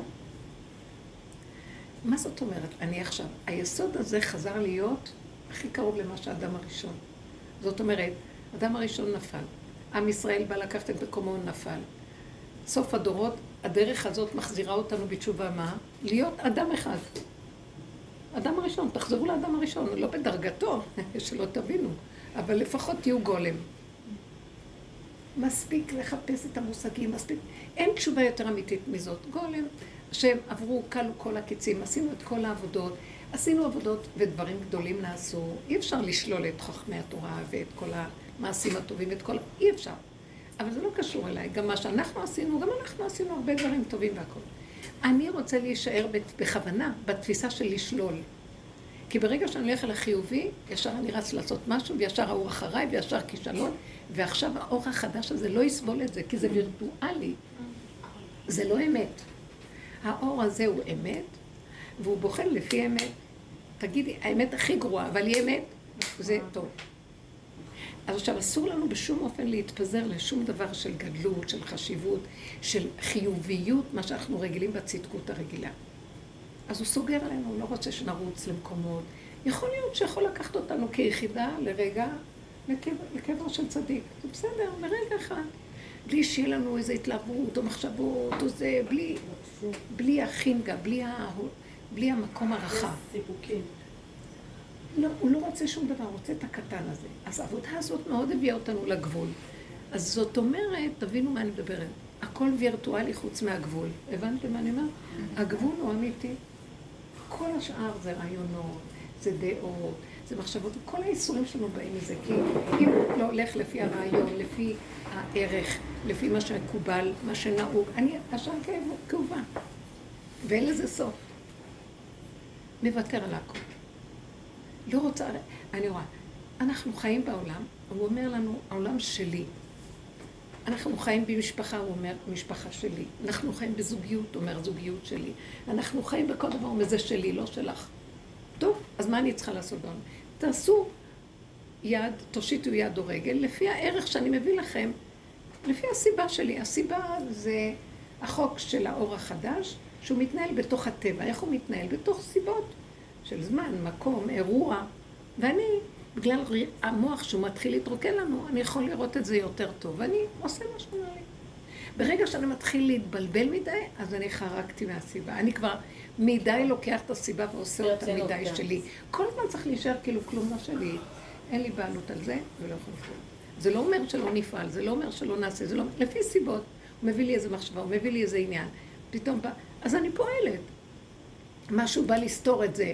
מה זאת אומרת? אני עכשיו, היסוד הזה חזר להיות הכי קרוב למה שהאדם הראשון. זאת אומרת, האדם הראשון נפל, עם ישראל בא לקחת את מקומו, נפל. סוף הדורות, הדרך הזאת מחזירה אותנו בתשובה מה? להיות אדם אחד. אדם הראשון, תחזרו לאדם הראשון, לא בדרגתו, שלא תבינו, אבל לפחות תהיו גולם. מספיק לחפש את המושגים, מספיק. אין תשובה יותר אמיתית מזאת. גולם, שהם עברו, קלו כל הקיצים, עשינו את כל העבודות, עשינו עבודות ודברים גדולים נעשו. אי אפשר לשלול את חכמי התורה ואת כל המעשים הטובים, את כל... אי אפשר. אבל זה לא קשור אליי. גם מה שאנחנו עשינו, גם אנחנו עשינו הרבה דברים טובים והכל. אני רוצה להישאר בכוונה, בתפיסה של לשלול. כי ברגע שאני הולך על החיובי, ישר אני רץ לעשות משהו, וישר האור אחריי, וישר כישלון, ועכשיו האור החדש הזה לא יסבול את זה, כי זה וירטואלי. זה לא אמת. האור הזה הוא אמת, והוא בוחן לפי אמת. תגידי, האמת הכי גרועה, אבל היא אמת, זה טוב. אז עכשיו, אסור לנו בשום אופן להתפזר לשום דבר של גדלות, של חשיבות, של חיוביות, מה שאנחנו רגילים בצדקות הרגילה. אז הוא סוגר עלינו, הוא לא רוצה שנרוץ למקומות. יכול להיות שיכול לקחת אותנו כיחידה לרגע לקבר, לקבר של צדיק. זה בסדר, לרגע אחד. בלי שיהיה לנו איזו התלהבות או מחשבות או זה, בלי, בלי החינגה, בלי, ה, בלי המקום הרחב. סיפוקים. לא, הוא לא רוצה שום דבר, הוא רוצה את הקטן הזה. אז העבודה הזאת מאוד הביאה אותנו לגבול. אז זאת אומרת, תבינו מה אני מדברת. הכל וירטואלי חוץ מהגבול. הבנתם מה אני אומר? הגבול הוא אמיתי. כל השאר זה רעיונות, זה דעות, זה מחשבות. כל האיסורים שלנו באים מזה. כי אם לא הולך לפי הרעיון, לפי הערך, לפי מה שמקובל, מה שנהוג, אני השאר כאובה. ואין לזה סוף. מוותר על הכל. לא רוצה, אני רואה, אנחנו חיים בעולם, הוא אומר לנו, העולם שלי. אנחנו חיים במשפחה, הוא אומר, משפחה שלי. אנחנו חיים בזוגיות, הוא אומר, זוגיות שלי. אנחנו חיים בכל דבר, הוא אומר, זה שלי, לא שלך. טוב, אז מה אני צריכה לעשות בעולם? תעשו יד, תושיטו יד או רגל, לפי הערך שאני מביא לכם, לפי הסיבה שלי. הסיבה זה החוק של האור החדש, שהוא מתנהל בתוך הטבע. איך הוא מתנהל? בתוך סיבות. של זמן, מקום, אירוע, ואני, בגלל המוח שהוא מתחיל להתרוקן לנו, אני יכול לראות את זה יותר טוב, ואני עושה מה שאומר לי. ברגע שאני מתחיל להתבלבל מדי, אז אני חרקתי מהסיבה. אני כבר מדי לוקח את הסיבה ועושה אותה מדי שלי. כל הזמן צריך להישאר כאילו כלום לא שלי. אין לי בעלות על זה, ולא יכול לפעול. זה לא אומר שלא נפעל, זה לא אומר שלא נעשה, זה לא... לפי סיבות, הוא מביא לי איזה מחשבה, הוא מביא לי איזה עניין. פתאום בא... אז אני פועלת. משהו בא לסתור את זה.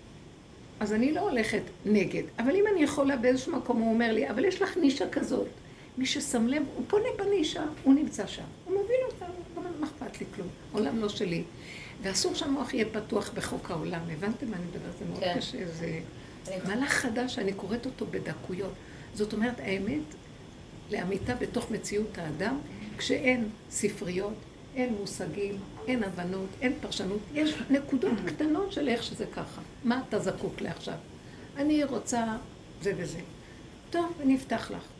אז אני לא הולכת נגד, אבל אם אני יכולה באיזשהו מקום, הוא אומר לי, אבל יש לך נישה כזאת. מי ששם לב, הוא פונה בנישה, הוא נמצא שם. הוא מוביל אותנו, אבל מה אכפת לי כלום, עולם לא שלי. ואסור שהמוח יהיה פתוח בחוק העולם. הבנתם מה אני מדברת? זה מאוד כן. קשה, זה מהלך חדש, אני קוראת אותו בדקויות. זאת אומרת, האמת, לאמיתה בתוך מציאות האדם, כשאין ספריות, אין מושגים, אין הבנות, אין פרשנות, יש נקודות קטנות של איך שזה ככה. מה אתה זקוק לעכשיו? אני רוצה זה וזה. טוב, אני אפתח לך.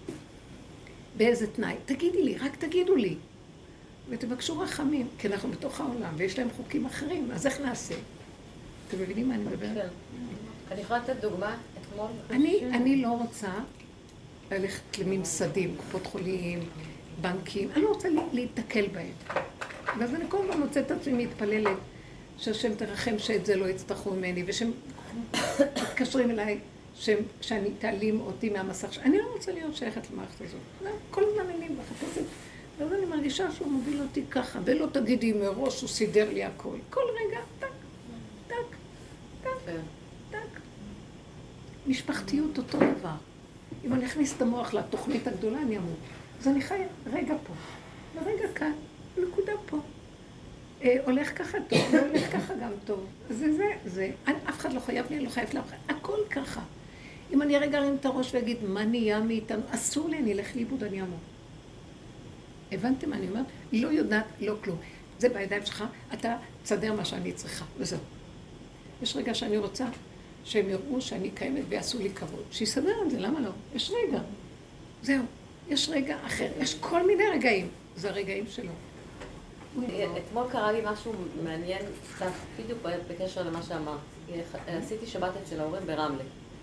באיזה תנאי? תגידי לי, רק תגידו לי. ותבקשו רחמים, כי אנחנו בתוך העולם, ויש להם חוקים אחרים, אז איך נעשה? אתם מבינים מה אני מדברת? כן. אני יכולה לתת דוגמה? אתמול... אני לא רוצה ללכת לממסדים, קופות חולים, בנקים, אני לא רוצה להתקל בהם. ואז אני כל הזמן מוצאת את עצמי מתפללת שהשם תרחם שאת זה לא יצטרכו ממני, ושהם מתקשרים אליי שאני תעלים אותי מהמסך. אני לא רוצה להיות שייכת למערכת הזאת. כל הזמן אני מחפשת, ואז אני מרגישה שהוא מוביל אותי ככה, ולא תגידי מראש הוא סידר לי הכל. כל רגע, טק, טק, טק, טק. משפחתיות אותו דבר. אם אני אכניס את המוח לתוכנית הגדולה, אני אמור. אז אני חיה רגע פה, ורגע כאן, נקודה פה. אה, הולך ככה טוב, והולך ככה גם טוב. זה זה, זה. אני, אף אחד לא חייב לי, לא חייב לאף אחד. הכל ככה. אם אני רגע ארים את הראש ואגיד, מה נהיה מאיתנו? אסור לי, אני אלך לאיבוד, אני אמור. הבנתם מה אני אומרת? לא יודעת, לא כלום. זה בידיים שלך, אתה תסדר מה שאני צריכה, וזהו. יש רגע שאני רוצה שהם יראו שאני קיימת ויעשו לי כבוד. שיסדר את זה, למה לא? יש רגע. זהו. יש רגע אחר, יש כל מיני רגעים, זה הרגעים שלו. אתמול קרה לי משהו מעניין, קצת בדיוק בקשר למה שאמרת. עשיתי שבת אצל ההורים ברמלה.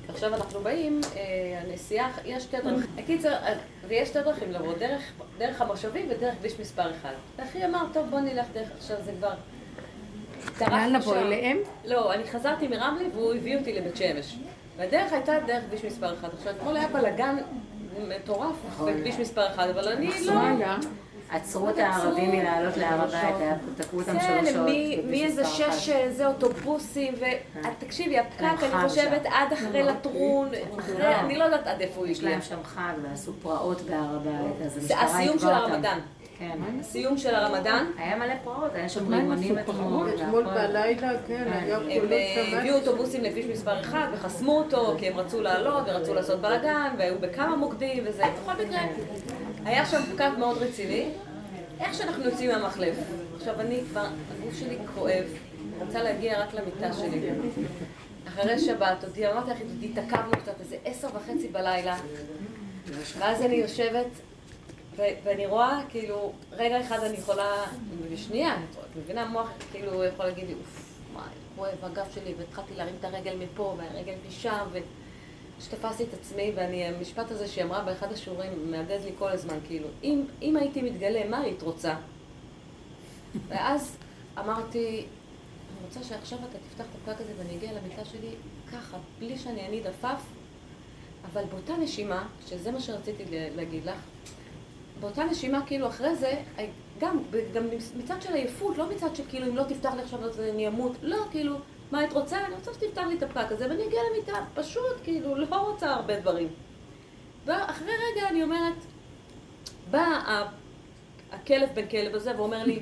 עכשיו אנחנו באים, הנסיעה, יש שתי דרכים, הקיצר, ויש שתי דרכים לבוא, דרך המושבים ודרך כביש מספר אחד. ואחי אמר, טוב בוא נלך דרך, עכשיו זה כבר... לאן לבוא אליהם? לא, אני חזרתי מרמלה והוא הביא אותי לבית שמש. והדרך הייתה דרך כביש מספר אחד. עכשיו, אתמול היה בלגן מטורף בכביש מספר אחד, אבל אני לא... עצרו את הערבים מלעלות להר הבית, תקעו אותם שלוש שעות. מאיזה שש זה אוטובוסים, ותקשיבי, הפקק, אני חושבת, עד אחרי לטרון, אני לא יודעת עד איפה הוא יש הגיע. להם שם חג ועשו פרעות בהר הבית, אז המשטרה הסיום של הרמדאן. כן. הסיום של הרמדאן. היה מלא פרעות, היה שם רימונים אתמול. אתמול בלילה, כן, היה הם קולות שמש. הביאו אוטובוסים לכביש מספר אחד וחסמו אותו כי הם רצו לעלות ורצו לעשות בלגן והיו בכמה מוקדים וזה. בכל מקרה, היה שם פקק מאוד רציני. איך שאנחנו יוצאים מהמחלף. עכשיו אני כבר, הגוף שלי כואב, רוצה להגיע רק למיטה שלי. אחרי שבת, אותי, אמרתי לך, התעכבנו קצת, איזה עשר וחצי בלילה. ואז אני יושבת, ואני רואה, כאילו, רגע אחד אני יכולה, בשנייה, את מבינה, המוח כאילו יכול להגיד לי, אוף, מה, כואב הגב שלי, והתחלתי להרים את הרגל מפה, והרגל משם, ושתפסתי את עצמי, ואני, המשפט הזה שהיא אמרה באחד השיעורים, מהדהד לי כל הזמן, כאילו, אם, אם הייתי מתגלה, מה היית רוצה? ואז אמרתי, אני רוצה שעכשיו אתה תפתח את הפקק הזה ואני אגיע למיטה שלי ככה, בלי שאני אניד עפף, אבל באותה נשימה, שזה מה שרציתי להגיד לך, באותה נשימה, כאילו, אחרי זה, גם, גם מצד של עייפות, לא מצד שכאילו, אם לא תפתח לי עכשיו אז אני אמות, לא, כאילו, מה את רוצה? אני רוצה שתפתח לי את הפקק הזה, ואני אגיע למיטה, פשוט, כאילו, לא רוצה הרבה דברים. ואחרי רגע אני אומרת, בא הכלב בן כלב הזה ואומר לי,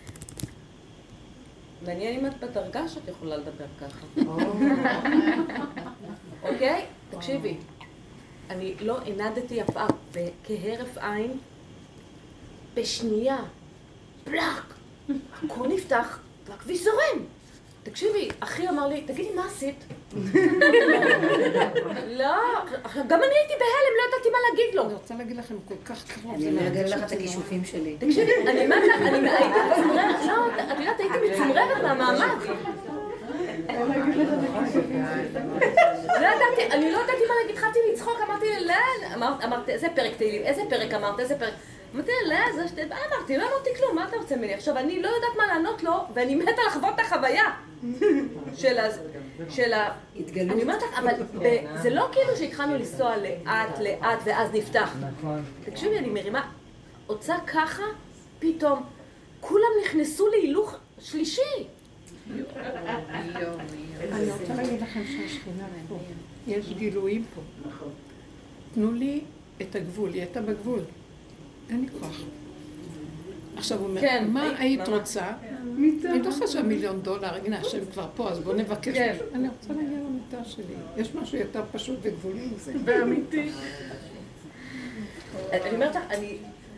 מעניין אם את בדרגה שאת יכולה לדבר ככה. אוקיי? תקשיבי, אני לא ענדתי עפעף, וכהרף עין, בשנייה, פלאק, הכל נפתח, והכביש זורם. תקשיבי, אחי אמר לי, תגידי, מה עשית? לא, גם אני הייתי בהלם, לא ידעתי מה להגיד לו. אני רוצה להגיד לכם, כל כך קרוב. אני מרגל לך את הכישופים שלי. תקשיבי, אני אומרת לך, אני הייתי מצמררת, לא, את יודעת, הייתי מצמררת מהמעמד. לא ידעתי, אני לא ידעתי מה להגיד, התחלתי לצחוק, אמרתי לי, לא, אמרת, איזה פרק תהילים, איזה פרק אמרת, איזה פרק. אמרתי לה, לא, זה שתי... אמרתי, לא אמרתי כלום, מה אתה רוצה ממני? עכשיו, אני לא יודעת מה לענות לו, ואני מתה לחוות את החוויה של ה... של ה... התגלות. אני אומרת לך, אבל זה לא כאילו שהתחלנו לנסוע לאט, לאט, ואז נפתח. תקשיבי, אני מרימה, הוצא ככה, פתאום, כולם נכנסו להילוך שלישי. אני רוצה להגיד לכם שהשכינה פה, יש גילויים פה. תנו לי את הגבול, היא הייתה בגבול. אין לי כוח. עכשיו הוא אומר, מה היית רוצה? אני לא חושב מיליון דולר, הנה השם כבר פה, אז בוא נבקש. אני רוצה להגיע למיטה שלי. יש משהו יותר פשוט וגבולי מזה. באמיתי. אני אומרת לך, אני...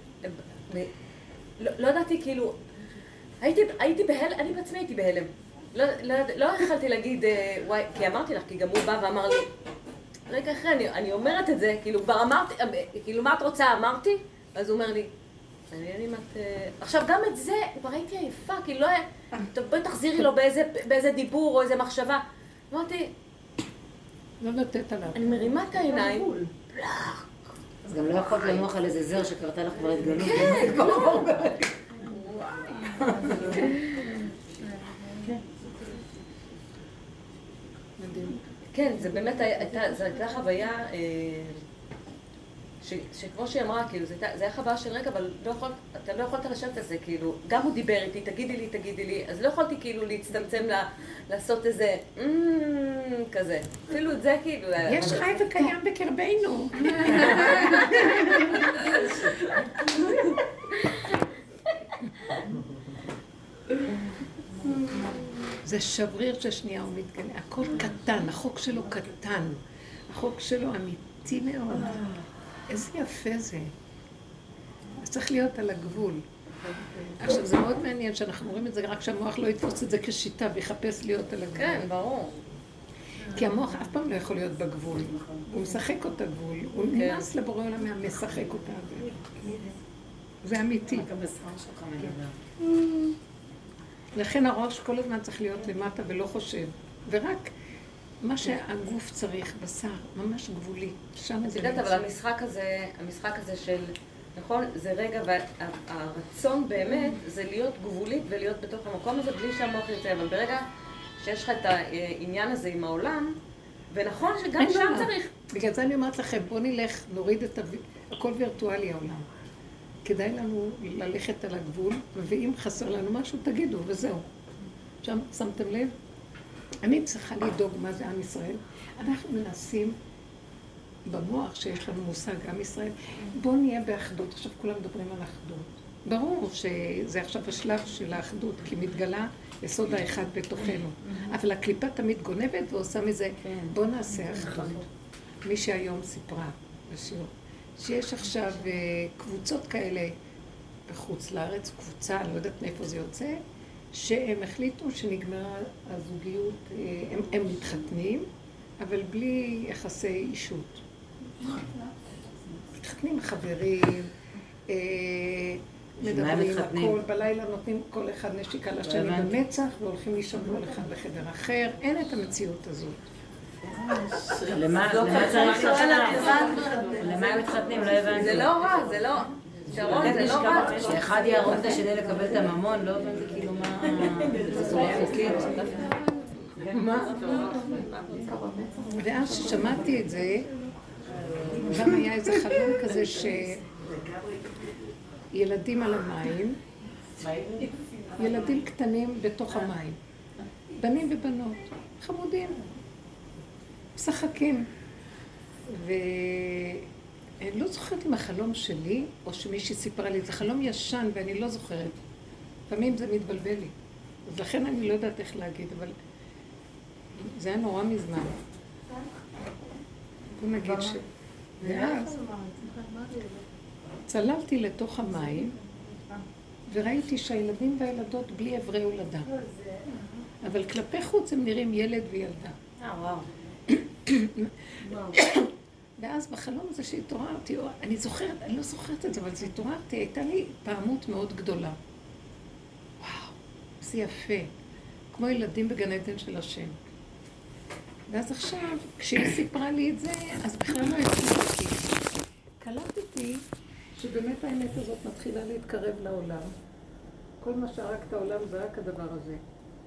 לא ידעתי, כאילו... הייתי בהלם, אני בעצמי הייתי בהלם. לא יכלתי להגיד, וואי, כי אמרתי לך, כי גם הוא בא ואמר לי, רגע אחרי, אני אומרת את זה, כאילו כבר אמרתי, כאילו מה את רוצה, אמרתי? אז הוא אומר לי, מעניין אם את... עכשיו גם את זה, כבר הייתי עייפה, כאילו לא היה... טוב, בואי תחזירי לו באיזה דיבור או איזה מחשבה. אמרתי... לא לתת עליו. אני מרימה את העיניים. אז גם לא יכולת לנוח על איזה זר שקרתה לך כבר התגלות. כן, לא. כן, זה באמת הייתה, זו הייתה חוויה... שכמו שהיא אמרה, כאילו, זה היה חוויה של רגע, אבל אתה לא יכולת לשבת על זה, כאילו, גם הוא דיבר איתי, תגידי לי, תגידי לי, אז לא יכולתי כאילו להצטמצם, לעשות איזה, כזה. אפילו את זה כאילו... יש חי וקיים בקרבנו. זה שבריר ששנייה הוא מתגלה, הכל קטן, החוק שלו קטן, החוק שלו אמיתי מאוד. איזה יפה זה. אז צריך להיות על הגבול. עכשיו, זה מאוד מעניין שאנחנו רואים את זה רק שהמוח לא יתפוס את זה כשיטה ויחפש להיות על הגבול. כן, ברור. כי המוח אף פעם לא יכול להיות בגבול. הוא משחק אותה גבול. הוא נמאס לבורא עולם משחק אותה. זה אמיתי. לכן הראש כל הזמן צריך להיות למטה ולא חושב. ורק מה שהגוף צריך, בשר, ממש גבולי. שם זה יודעת, אבל המשחק הזה, המשחק הזה של, נכון, זה רגע, והרצון באמת זה להיות גבולית ולהיות בתוך המקום הזה בלי שהמוח יוצא, אבל ברגע שיש לך את העניין הזה עם העולם, ונכון שגם שם צריך. בגלל זה אני אומרת לכם, בואו נלך, נוריד את הכל וירטואלי העולם. כדאי לנו ללכת על הגבול, ואם חסר לנו משהו, תגידו, וזהו. שם שמתם לב? אני צריכה לדאוג מה זה עם ישראל. אנחנו מנסים במוח שיש לנו מושג עם ישראל, בואו נהיה באחדות. עכשיו כולם מדברים על אחדות. ברור שזה עכשיו השלב של האחדות, כי מתגלה יסוד האחד בתוכנו. אבל הקליפה תמיד גונבת ועושה מזה, בואו נעשה אחדות. מי שהיום סיפרה בשיעור, שיש עכשיו קבוצות כאלה בחוץ לארץ, קבוצה, אני לא יודעת מאיפה זה יוצא, שהם החליטו שנגמרה הזוגיות, הם, הם מתחתנים, אבל בלי יחסי אישות. מתחתנים חברים, מדברים הכל, בלילה נותנים כל אחד נשיקה לשני במצח, והולכים לישון כל אחד בחדר אחר, אין את המציאות הזאת. למה צריך לחתן? למה הם מתחתנים? לא הבנתי. זה לא רע, זה לא... שרון, זה לא רע. שאחד יהרוג את השני לקבל את הממון, לא הבנתי כאילו מה... זה צורה חוקית. מה? ואז ששמעתי את זה, גם היה איזה חלום כזה שילדים על המים, ילדים קטנים בתוך המים, בנים ובנות, חמודים, משחקים. ואני לא זוכרת אם החלום שלי, או שמישהי סיפרה לי, זה חלום ישן ואני לא זוכרת. לפעמים זה מתבלבל לי. אז לכן אני לא יודעת איך להגיד, אבל זה היה נורא מזמן. בוא נגיד ש... ואז צללתי לתוך המים וראיתי שהילדים והילדות בלי עברי הולדה. אבל כלפי חוץ הם נראים ילד וילדה. אה, וואו. ואז בחלום הזה שהתעוררתי, אני זוכרת, אני לא זוכרת את זה, אבל זה התעוררתי, הייתה לי פעמות מאוד גדולה. וואו, זה יפה. כמו ילדים בגן עדן של השם. ואז עכשיו, כשהיא סיפרה לי את זה, אז בכלל לא הצליחתי. קלטתי שבאמת האמת הזאת מתחילה להתקרב לעולם. כל מה שהרג את העולם זה רק הדבר הזה.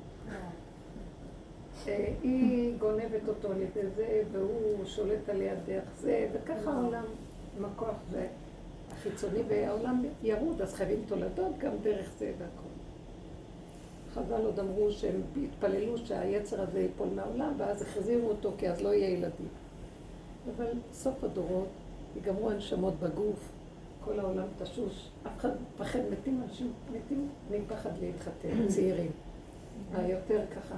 היא גונבת אותו על ידי זה, והוא שולט עליה דרך זה, וככה העולם, עם הכוח זה החיצוני, והעולם ירוד, אז חייבים תולדות גם דרך זה והכל. חז"ל עוד אמרו שהם התפללו שהיצר הזה ייפול מהעולם, ואז החזירו אותו, כי אז לא יהיה ילדים. אבל סוף הדורות, ייגמרו הנשמות בגוף, כל העולם תשוש, אף אחד פחד, מתים אנשים, מתים מפחד להתחתן, צעירים. היותר ככה.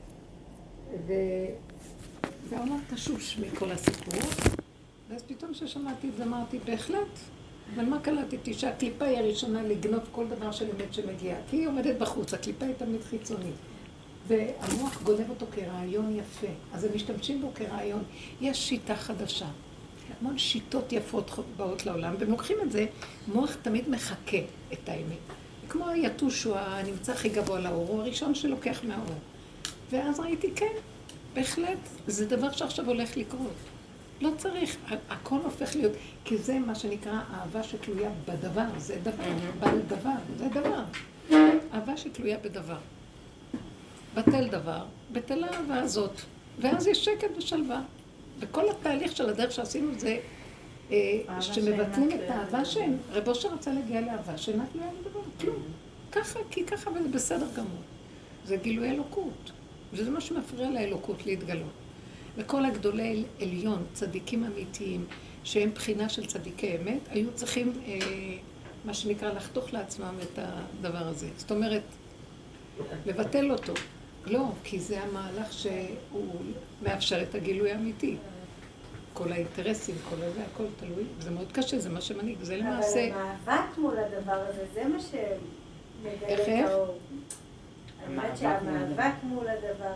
והעולם תשוש מכל הסיפור, ואז פתאום ששמעתי את זה אמרתי, בהחלט, אבל מה קלטתי? שהקליפה היא הראשונה לגנוב כל דבר של אמת שמגיע, כי היא עומדת בחוץ, הקליפה היא תמיד חיצונית, והמוח גונב אותו כרעיון יפה, אז הם משתמשים בו כרעיון. יש שיטה חדשה, המון שיטות יפות באות לעולם, והם לוקחים את זה, מוח תמיד מחכה את האמת, כמו היתוש הוא הנמצא הכי גבוה לאור, הוא הראשון שלוקח מהאור. ואז ראיתי, כן, בהחלט, זה דבר שעכשיו הולך לקרות. לא צריך, הכל הופך להיות, כי זה מה שנקרא אהבה שתלויה בדבר, זה דבר, בדבר, זה דבר. אהבה שתלויה בדבר. בטל דבר, בטל האהבה הזאת, ואז יש שקט ושלווה. וכל התהליך של הדרך שעשינו זה, שמבטלים את האהבה שאין, רבו שרצה להגיע לאהבה, שאינה תלויה בדבר, כלום. ככה, כי ככה, וזה בסדר גמור. זה גילוי אלוקות. וזה מה שמפריע לאלוקות להתגלות. וכל הגדולי עליון, צדיקים אמיתיים, שהם בחינה של צדיקי אמת, היו צריכים, אה, מה שנקרא, לחתוך לעצמם את הדבר הזה. זאת אומרת, לבטל אותו. לא, כי זה המהלך שהוא מאפשר את הגילוי האמיתי. כל האינטרסים, כל הזה, הכל תלוי. זה מאוד קשה, זה מה שמנהיג, זה למעשה... אבל המאבק מול הדבר הזה, זה מה שמגלה את האור. אני חושבת שהמאבק מול הדבר,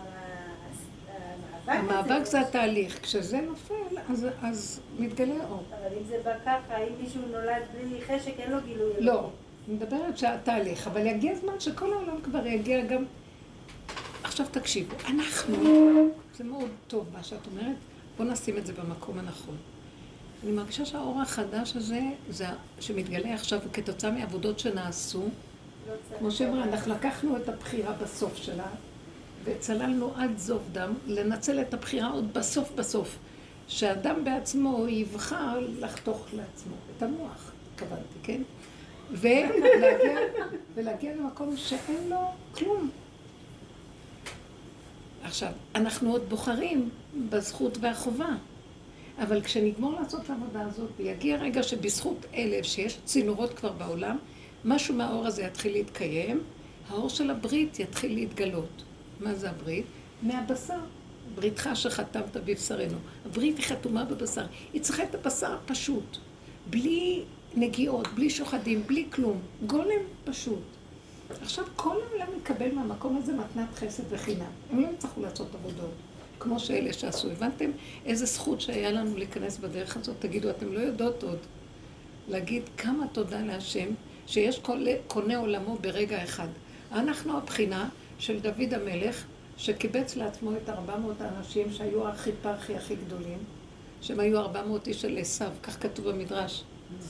המאבק זה התהליך. כשזה נופל, אז מתגלה האור. אבל אם זה בא ככה, אם מישהו נולד בלי חשק, אין לו גילוי. לא, אני מדברת שהתהליך, אבל יגיע זמן שכל העולם כבר יגיע גם... עכשיו תקשיבו, אנחנו, זה מאוד טוב מה שאת אומרת, בואו נשים את זה במקום הנכון. אני מרגישה שהאור החדש הזה, זה שמתגלה עכשיו כתוצאה מעבודות שנעשו, כמו שאמרה, אנחנו לקחנו את הבחירה בסוף שלה, וצללנו עד זוב דם, לנצל את הבחירה עוד בסוף בסוף, שהאדם בעצמו יבחר לחתוך לעצמו את המוח, קבלתי, כן? ולהגיע, ולהגיע למקום שאין לו כלום. עכשיו, אנחנו עוד בוחרים בזכות והחובה, אבל כשנגמור לעשות את העבודה הזאת, ויגיע רגע שבזכות אלה שיש צינורות כבר בעולם, משהו מהאור הזה יתחיל להתקיים, האור של הברית יתחיל להתגלות. מה זה הברית? מהבשר. בריתך שחתמת בבשרנו. הברית היא חתומה בבשר. היא צריכה את הבשר פשוט. בלי נגיעות, בלי שוחדים, בלי כלום. גולם פשוט. עכשיו כל העולם מקבל מהמקום הזה מתנת חסד וחינם. הם לא יצטרכו לעשות עבודות. כמו שאלה שעשו. הבנתם איזה זכות שהיה לנו להיכנס בדרך הזאת? תגידו, אתם לא יודעות עוד להגיד כמה תודה להשם שיש קונה עולמו ברגע אחד. אנחנו הבחינה של דוד המלך, שקיבץ לעצמו את ארבע מאות האנשים שהיו הארכיפרכי הכי גדולים, שהם היו ארבע מאות איש של עשיו, כך כתוב במדרש,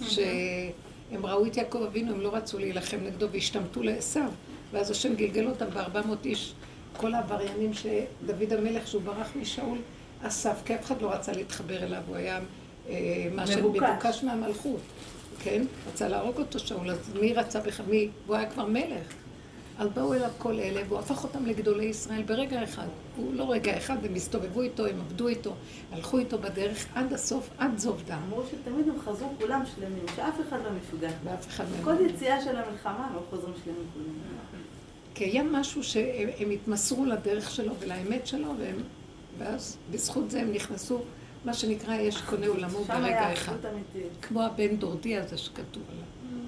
שהם ראו את יעקב אבינו, הם לא רצו להילחם נגדו והשתמטו לעשיו, ואז השם גלגל אותם בארבע מאות איש, כל העבריינים שדוד המלך, שהוא ברח משאול, אסף, כי אף אחד לא רצה להתחבר אליו, הוא היה מה שמבוקש מהמלכות, כן? רצה להרוג אותו שאול, אז מי רצה בכלל? מי? והוא היה כבר מלך. אז באו אליו כל אלה, והוא הפך אותם לגדולי ישראל ברגע אחד. הוא לא רגע אחד, הם הסתובבו איתו, הם עבדו איתו, הלכו איתו בדרך עד הסוף, עד זוב דם. אמרו שתמיד הם חזרו כולם שלמים, שאף אחד לא מפגע. ואף אחד מהם. כל יציאה של המלחמה, הם חוזרים שלמים כולם. כי היה משהו שהם התמסרו לדרך שלו ולאמת שלו, והם, ואז בזכות זה הם נכנסו, מה שנקרא, יש קונה עולמו ברגע אחד. כמו הבן דורדי הזה שכתוב עליו.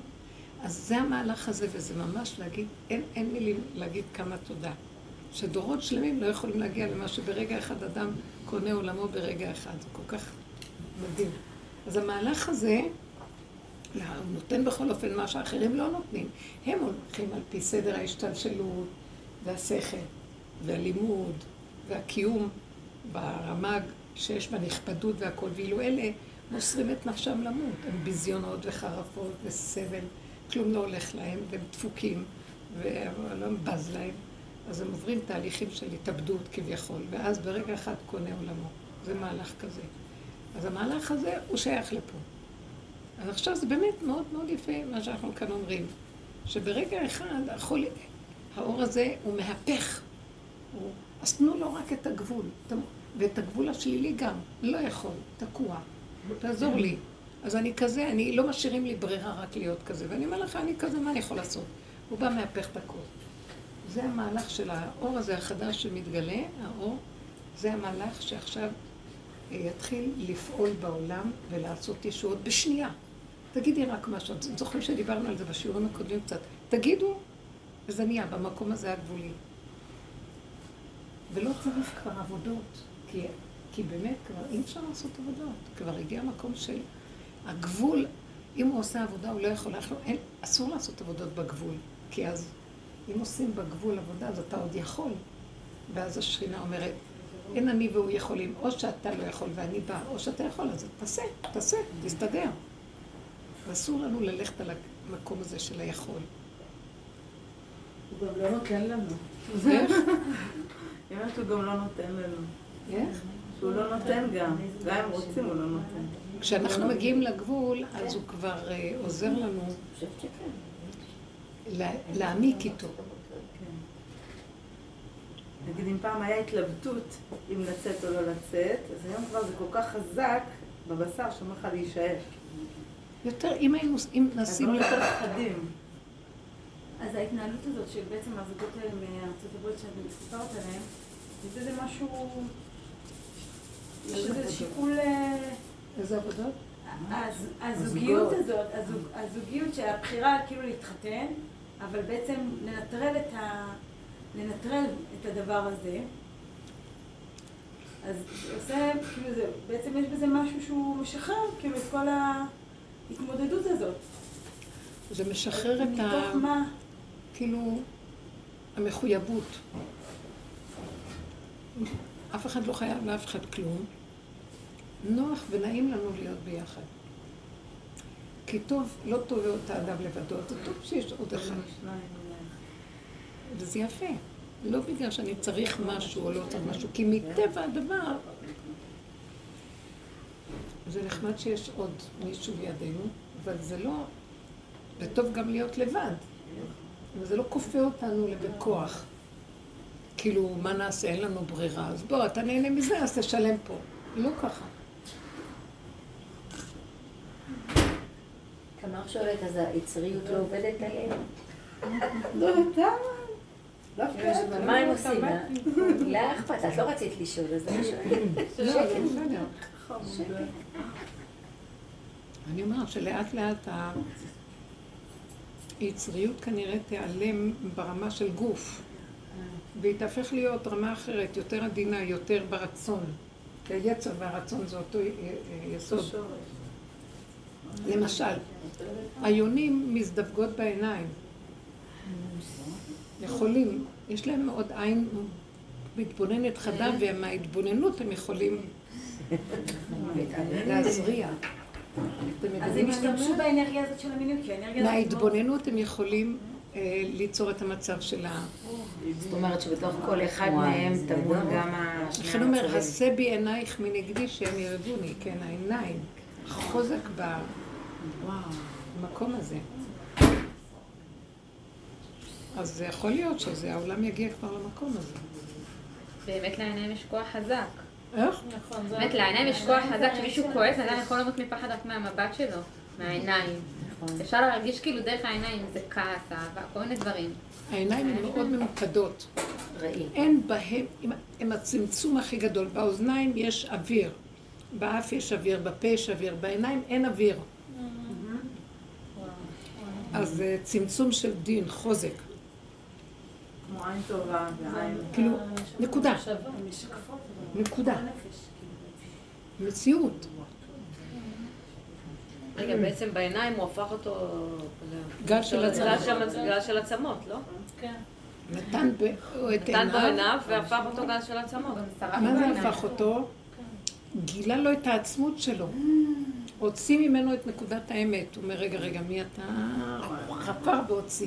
אז זה המהלך הזה, וזה ממש להגיד, אין, אין מילים להגיד כמה תודה. שדורות שלמים לא יכולים להגיע למה שברגע אחד אדם קונה עולמו ברגע אחד. זה כל כך מדהים. אז המהלך הזה, הוא נותן בכל אופן מה שאחרים לא נותנים. הם הולכים על פי סדר ההשתלשלות, והשכל, והלימוד, והקיום ברמה שיש בה נכבדות והכל, ואילו אלה מוסרים את נפשם למות. הם ביזיונות וחרפות וסבל. כלום לא הולך להם, והם דפוקים, ולא בז להם. אז הם עוברים תהליכים של התאבדות כביכול, ואז ברגע אחד קונה עולמו. זה מהלך כזה. אז המהלך הזה הוא שייך לפה. אז עכשיו זה באמת מאוד מאוד יפה מה שאנחנו כאן אומרים, שברגע אחד החול, האור הזה הוא מהפך. הוא, אז תנו לו רק את הגבול, ואת הגבול השלילי גם. לא יכול, תקוע. תעזור לי. אז אני כזה, אני לא משאירים לי ברירה רק להיות כזה, ואני אומר לך, אני כזה, מה אני יכול לעשות? הוא בא מהפך את הכל. זה המהלך של האור הזה החדש שמתגלה, האור, זה המהלך שעכשיו יתחיל לפעול בעולם ולעשות ישועות בשנייה. תגידי רק משהו, אתם זוכרים שדיברנו על זה בשיעורים הקודמים קצת, תגידו, וזה נהיה במקום הזה הגבולי. ולא צריך כבר עבודות, כי, כי באמת כבר אי אפשר לעשות עבודות, כבר הגיע מקום של הגבול, אם הוא עושה עבודה הוא לא יכול, אנחנו, אין, אסור לעשות עבודות בגבול, כי אז אם עושים בגבול עבודה אז אתה עוד יכול, ואז השכינה אומרת, אין אני והוא יכולים, או שאתה לא יכול ואני בא, או שאתה יכול, אז תעשה, תעשה, תסתדר. ואסור לנו ללכת על המקום הזה של היכול. הוא גם לא נותן לנו. איך? היא אומרת שהוא גם לא נותן לנו. איך? שהוא לא נותן גם, גם אם רוצים הוא לא נותן. כשאנחנו מגיעים לגבול, אז הוא כבר עוזר לנו להעמיק איתו. נגיד, אם פעם היה התלבטות אם לצאת או לא לצאת, אז היום כבר זה כל כך חזק בבשר שאומר לך להישאר. יותר, אם היינו, אם נשים... אז לא יותר חדים. אז ההתנהלות הזאת שבעצם העבודות האלה מארצות הברית שאת מספרת עליהן, יש בזה משהו... יש בזה שיקול... איזה עבודות? הזוגיות הזאת, הזוגיות שהבחירה כאילו להתחתן, אבל בעצם לנטרל את ה... לנטרל את הדבר הזה. אז זה עושה, כאילו זה, בעצם יש בזה משהו שהוא משחרר, כאילו את כל ההתמודדות הזאת. זה משחרר את ה... מתוך מה? כאילו, המחויבות. אף אחד לא חייב לאף אחד כלום. נוח ונעים לנו להיות ביחד. כי טוב, לא טוב להיות האדם לבדו, זה טוב שיש עוד אחד. וזה יפה. לא בגלל שאני צריך משהו או לא צריך משהו, כי מטבע הדבר, זה נחמד שיש עוד מישהו לידינו, אבל זה לא, זה טוב גם להיות לבד. וזה לא כופה אותנו בכוח. כאילו, מה נעשה? אין לנו ברירה. אז בוא, אתה נהנה מזה, אז תשלם פה. לא ככה. תמר שואלת, אז היצריות לא עובדת עליהם? לא, אתה... מה הם עושים? לא אכפת, את לא רצית לשאול, אז אני שואלת. שקט. אני אומרת שלאט לאט היצריות כנראה תיעלם ברמה של גוף, והיא תהפך להיות רמה אחרת, יותר עדינה, יותר ברצון. כי היצר והרצון זה אותו יסוד. למשל, היונים מזדווגות בעיניים. יכולים, יש להם מאוד עין מתבוננת חדה, ומההתבוננות הם יכולים להזריע. אז הם השתמשו באנרגיה הזאת של המינוי, כי האנרגיה הזאת... מההתבוננות הם יכולים ליצור את המצב שלה. זאת אומרת שבתוך כל אחד מהם טמון גם השני לכן אומר, עשה בי עינייך מנגדי שהם ירבוני, כן, העיניים, חוזק במקום הזה. אז זה יכול להיות שזה, העולם יגיע כבר למקום הזה. באמת לעיניים יש כוח חזק. איך? באמת לעיניים יש כוח חזק, שמישהו כועס, אדם יכול למות מפחד רק מהמבט שלו, מהעיניים. אפשר להרגיש כאילו דרך העיניים זה כעס, אהבה, כל מיני דברים. העיניים הן מאוד ממוקדות. אין בהם, הם הצמצום הכי גדול. באוזניים יש אוויר, באף יש אוויר, בפה יש אוויר, בעיניים אין אוויר. אז זה צמצום של דין, חוזק. כמו עין טובה ועין... כאילו, נקודה. נקודה. מציאות. רגע, בעצם בעיניים הוא הפך אותו... גל של עצמות. גל של עצמות, לא? כן. נתן את נתן עיניו. בעיניו והפך אותו גל של עצמות. מה זה הפך אותו? גילה לו את העצמות שלו. הוציא ממנו את נקודת האמת. הוא אומר, רגע, רגע, מי אתה? חפר והוציא.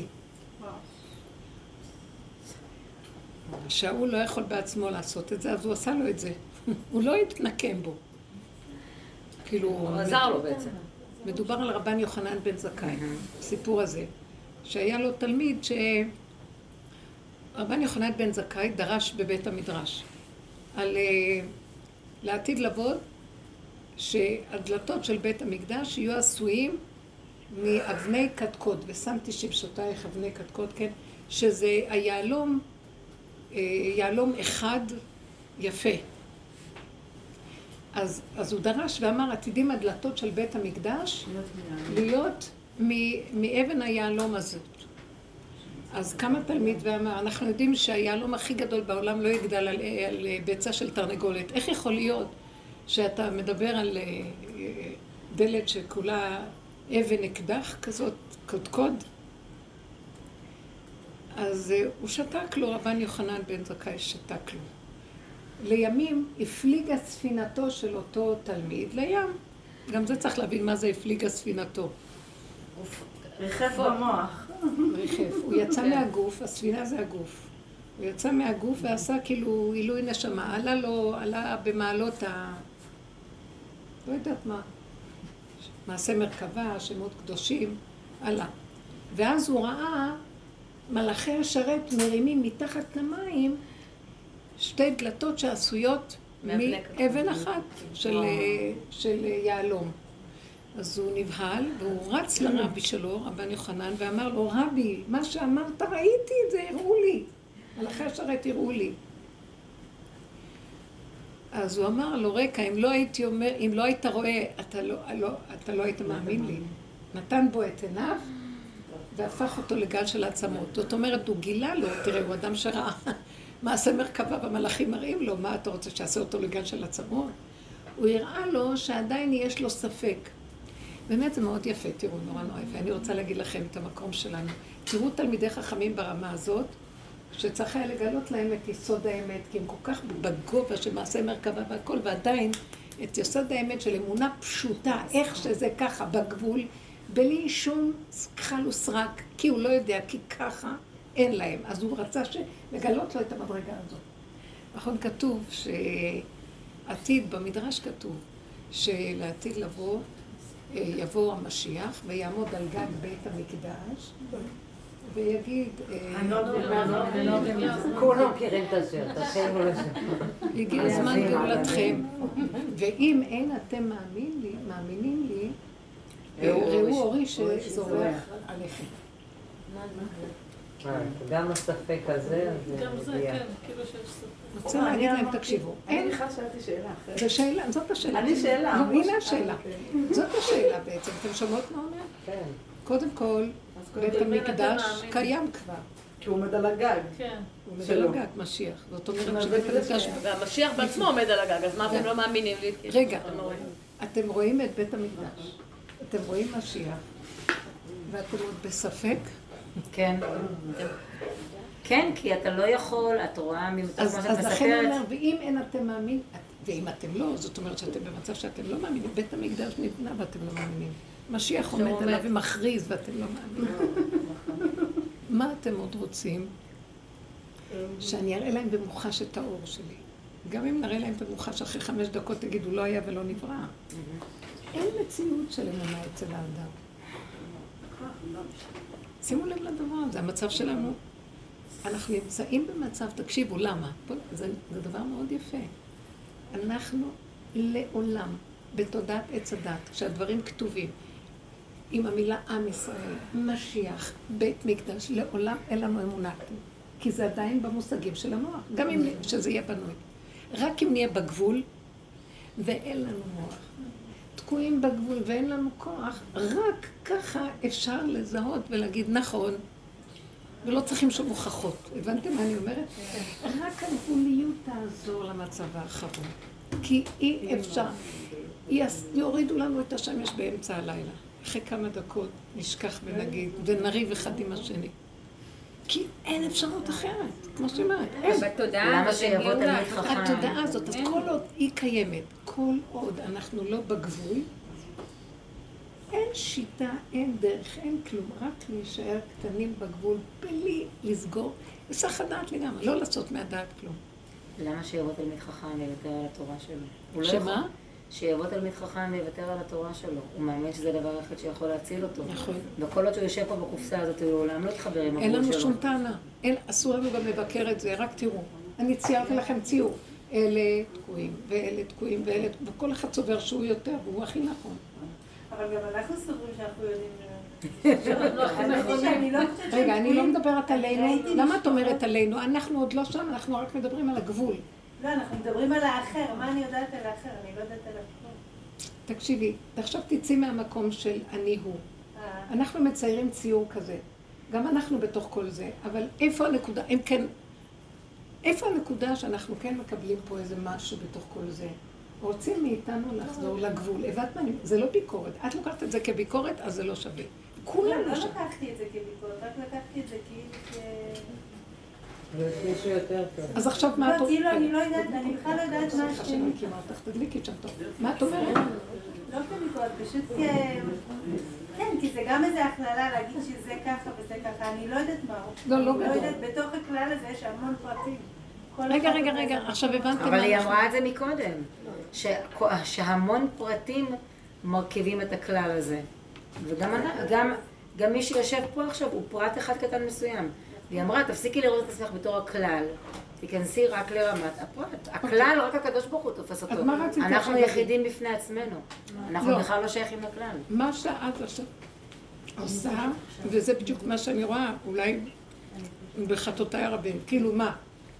שאול לא יכול בעצמו לעשות את זה, אז הוא עשה לו את זה. הוא לא התנקם בו. כאילו... הוא עזר לו בעצם. מדובר על רבן יוחנן בן זכאי, הסיפור הזה, שהיה לו תלמיד ש... רבן יוחנן בן זכאי דרש בבית המדרש על uh, לעתיד לבוא שהדלתות של בית המקדש יהיו עשויים מאבני קדקוד, ושמתי שפשותייך אבני קדקוד, כן, שזה היעלום, uh, יעלום אחד יפה. אז, אז הוא דרש ואמר, עתידים הדלתות של בית המקדש להיות מאבן היעלום הזאת. אז כמה תלמיד ואמר, אנחנו יודעים שהיעלום הכי גדול בעולם לא יגדל על, על ביצה של תרנגולת. איך יכול להיות שאתה מדבר על דלת שכולה אבן אקדח כזאת, קודקוד? אז הוא שתק לו, רבן יוחנן בן זכאי שתק לו. לימים הפליגה ספינתו של אותו תלמיד לים. גם זה צריך להבין מה זה הפליגה ספינתו. ריחף במוח. ריחף. הוא יצא מהגוף, הספינה זה הגוף. הוא יצא מהגוף ועשה כאילו עילוי נשמה. עלה לו, עלה במעלות ה... לא יודעת מה. מעשה מרכבה, שמות קדושים, עלה. ואז הוא ראה מלאכי השרת מרימים מתחת למים שתי דלתות שעשויות מאבן אחת של, של יעלום. אז הוא נבהל והוא רץ לרבי שלו, רבן יוחנן, ואמר לו, רבי, מה שאמרת ראיתי את זה, הראו לי. מלאכי השרת הראו לי. אז הוא אמר לו, רקע, אם לא הייתי אומר, אם לא היית רואה, אתה לא, לא, אתה לא היית מאמין לי. נתן בו את עיניו והפך אותו לגל של עצמות. זאת אומרת, הוא גילה לו, תראה, הוא אדם שראה. מעשה מרכבה והמלאכים מראים לו, מה אתה רוצה שיעשה אותו לגל של עצמות? הוא הראה לו שעדיין יש לו ספק. באמת זה מאוד יפה, תראו, נורא נורא יפה. אני רוצה להגיד לכם את המקום שלנו. תראו תלמידי חכמים ברמה הזאת, שצריך היה לגלות להם את יסוד האמת, כי הם כל כך בגובה של מעשה מרכבה והכל, ועדיין את יסוד האמת של אמונה פשוטה, איך שזה ככה, בגבול, בלי שום כחל וסרק, כי הוא לא יודע, כי ככה אין להם. אז הוא רצה לגלות לו את המדרגה הזאת. נכון, כתוב שעתיד, במדרש כתוב, שלעתיד לבוא, יבוא המשיח ויעמוד על גג בית המקדש, ויגיד... כולם מכירים את השיר, את השיר הוא לשיר. הגיע הזמן גאולתכם, ואם אין אתם מאמינים לי, ראו אורי שזורח עליכם. גם הספק הזה, גם זה, כן, כאילו שיש ספק. רוצה להגיד להם, תקשיבו. אני בכלל שאלתי שאלה אחרת. זו שאלה, זאת השאלה. אני שאלה. הנה השאלה. זאת השאלה בעצם. אתם שומעות מה אומר? כן. קודם כל, בית המקדש קיים כבר. כי הוא עומד על הגג. כן. הוא עומד על הגג, משיח. זאת אומרת שבית המקדש... והמשיח בעצמו עומד על הגג, אז מה אתם לא מאמינים לי? רגע, אתם רואים את בית המקדש. אתם רואים משיח. ואתם עוד בספק? כן. כן, כי אתה לא יכול, את רואה ממתוך מה שאת מספרת. אז לכן אומר, ואם אין אתם מאמין, ואם אתם לא, זאת אומרת שאתם במצב שאתם לא מאמינים, בית המקדש נבנה ואתם לא מאמינים. משיח עומד עליו ומכריז ואתם לא מאמינים. מה אתם עוד רוצים? שאני אראה להם במוחש את האור שלי. גם אם נראה להם במוחש אחרי חמש דקות תגידו לא היה ולא נברא. אין מציאות של אמונה אצל האדם. שימו לב לדבר הזה, המצב שלנו, אנחנו נמצאים במצב, תקשיבו, למה? זה, זה דבר מאוד יפה. אנחנו לעולם, בתודעת עץ הדת, כשהדברים כתובים, עם המילה עם ישראל, משיח, בית מקדש, לעולם אין לנו אמונה. כי זה עדיין במושגים של המוח, גם אם שזה יהיה בנוי. רק אם נהיה בגבול, ואין לנו מוח. תקועים בגבול ואין לנו כוח, רק ככה אפשר לזהות ולהגיד נכון, ולא צריכים שום הוכחות. הבנתם מה אני אומרת? רק הגבוליות תעזור למצב האחרון. כי אי אפשר, יורידו לנו את השמש באמצע הלילה. אחרי כמה דקות נשכח ונגיד, ונריב אחד עם השני. כי אין אפשרות אחרת, כמו שאומרת. בתודעה, שיבוא תלמיד חכם. התודעה הזאת, אז כל עוד היא קיימת, כל עוד אנחנו לא בגבול, אין שיטה, אין דרך, אין כלום, רק להישאר קטנים בגבול, בלי לסגור, בסך הדעת לגמרי, לא לעשות מהדעת כלום. למה שיבוא תלמיד חכם ויוותר על התורה שלו? שמה? שיבוא תלמיד חכם ויוותר על התורה שלו. הוא מאמין שזה דבר אחד שיכול להציל אותו. נכון. וכל עוד שהוא יושב פה בקופסה הזאת, הוא לעולם לא יתחבר עם הגבול שלו. אין לנו שום טענה. אין, אסור לנו גם לבקר את זה, רק תראו. אני ציירתי לכם ציור. אלה תקועים, ואלה תקועים, ואלה... וכל אחד צובר שהוא יותר, והוא הכי נכון. אבל גם אנחנו סוברים שאנחנו יודעים... רגע, אני לא מדברת עלינו. למה את אומרת עלינו? אנחנו עוד לא שם, אנחנו רק מדברים על הגבול. לא, אנחנו מדברים על האחר. מה אני יודעת על האחר? אני לא יודעת על האחר. תקשיבי, עכשיו תצאי מהמקום של אני הוא. אנחנו מציירים ציור כזה. גם אנחנו בתוך כל זה. אבל איפה הנקודה? אם כן, איפה הנקודה שאנחנו כן מקבלים פה איזה משהו בתוך כל זה? רוצים מאיתנו לחזור לגבול. הבאת מה? זה לא ביקורת. את לוקחת את זה כביקורת, אז זה לא שווה. כולם לא לקחתי את זה כביקורת, רק לקחתי את זה כאילו... אז עכשיו מה את אומרת? כאילו, אני לא יודעת, אני בכלל לא יודעת מה... סליחה שאני מקימה אותך, תדליקי שם טוב. מה את אומרת? לא כביקורת, פשוט כ... כן, כי זה גם איזו הכללה להגיד שזה ככה וזה ככה, אני לא יודעת מה. לא, לא גדול. לא יודעת, בתוך הכלל הזה יש המון פרטים. רגע, רגע, רגע, עכשיו הבנתי מה... אבל היא אמרה את זה מקודם, שהמון פרטים מרכיבים את הכלל הזה. וגם גם מי שיושב פה עכשיו הוא פרט אחד קטן מסוים. והיא אמרה, תפסיקי לראות את עצמך בתור הכלל, תיכנסי רק לרמת הפרט. הכלל, רק הקדוש ברוך הוא תופס אותו. אנחנו יחידים בפני עצמנו. אנחנו בכלל לא שייכים לכלל. מה שאת עכשיו עושה, וזה בדיוק מה שאני רואה, אולי בחטאותיי הרבים, כאילו מה?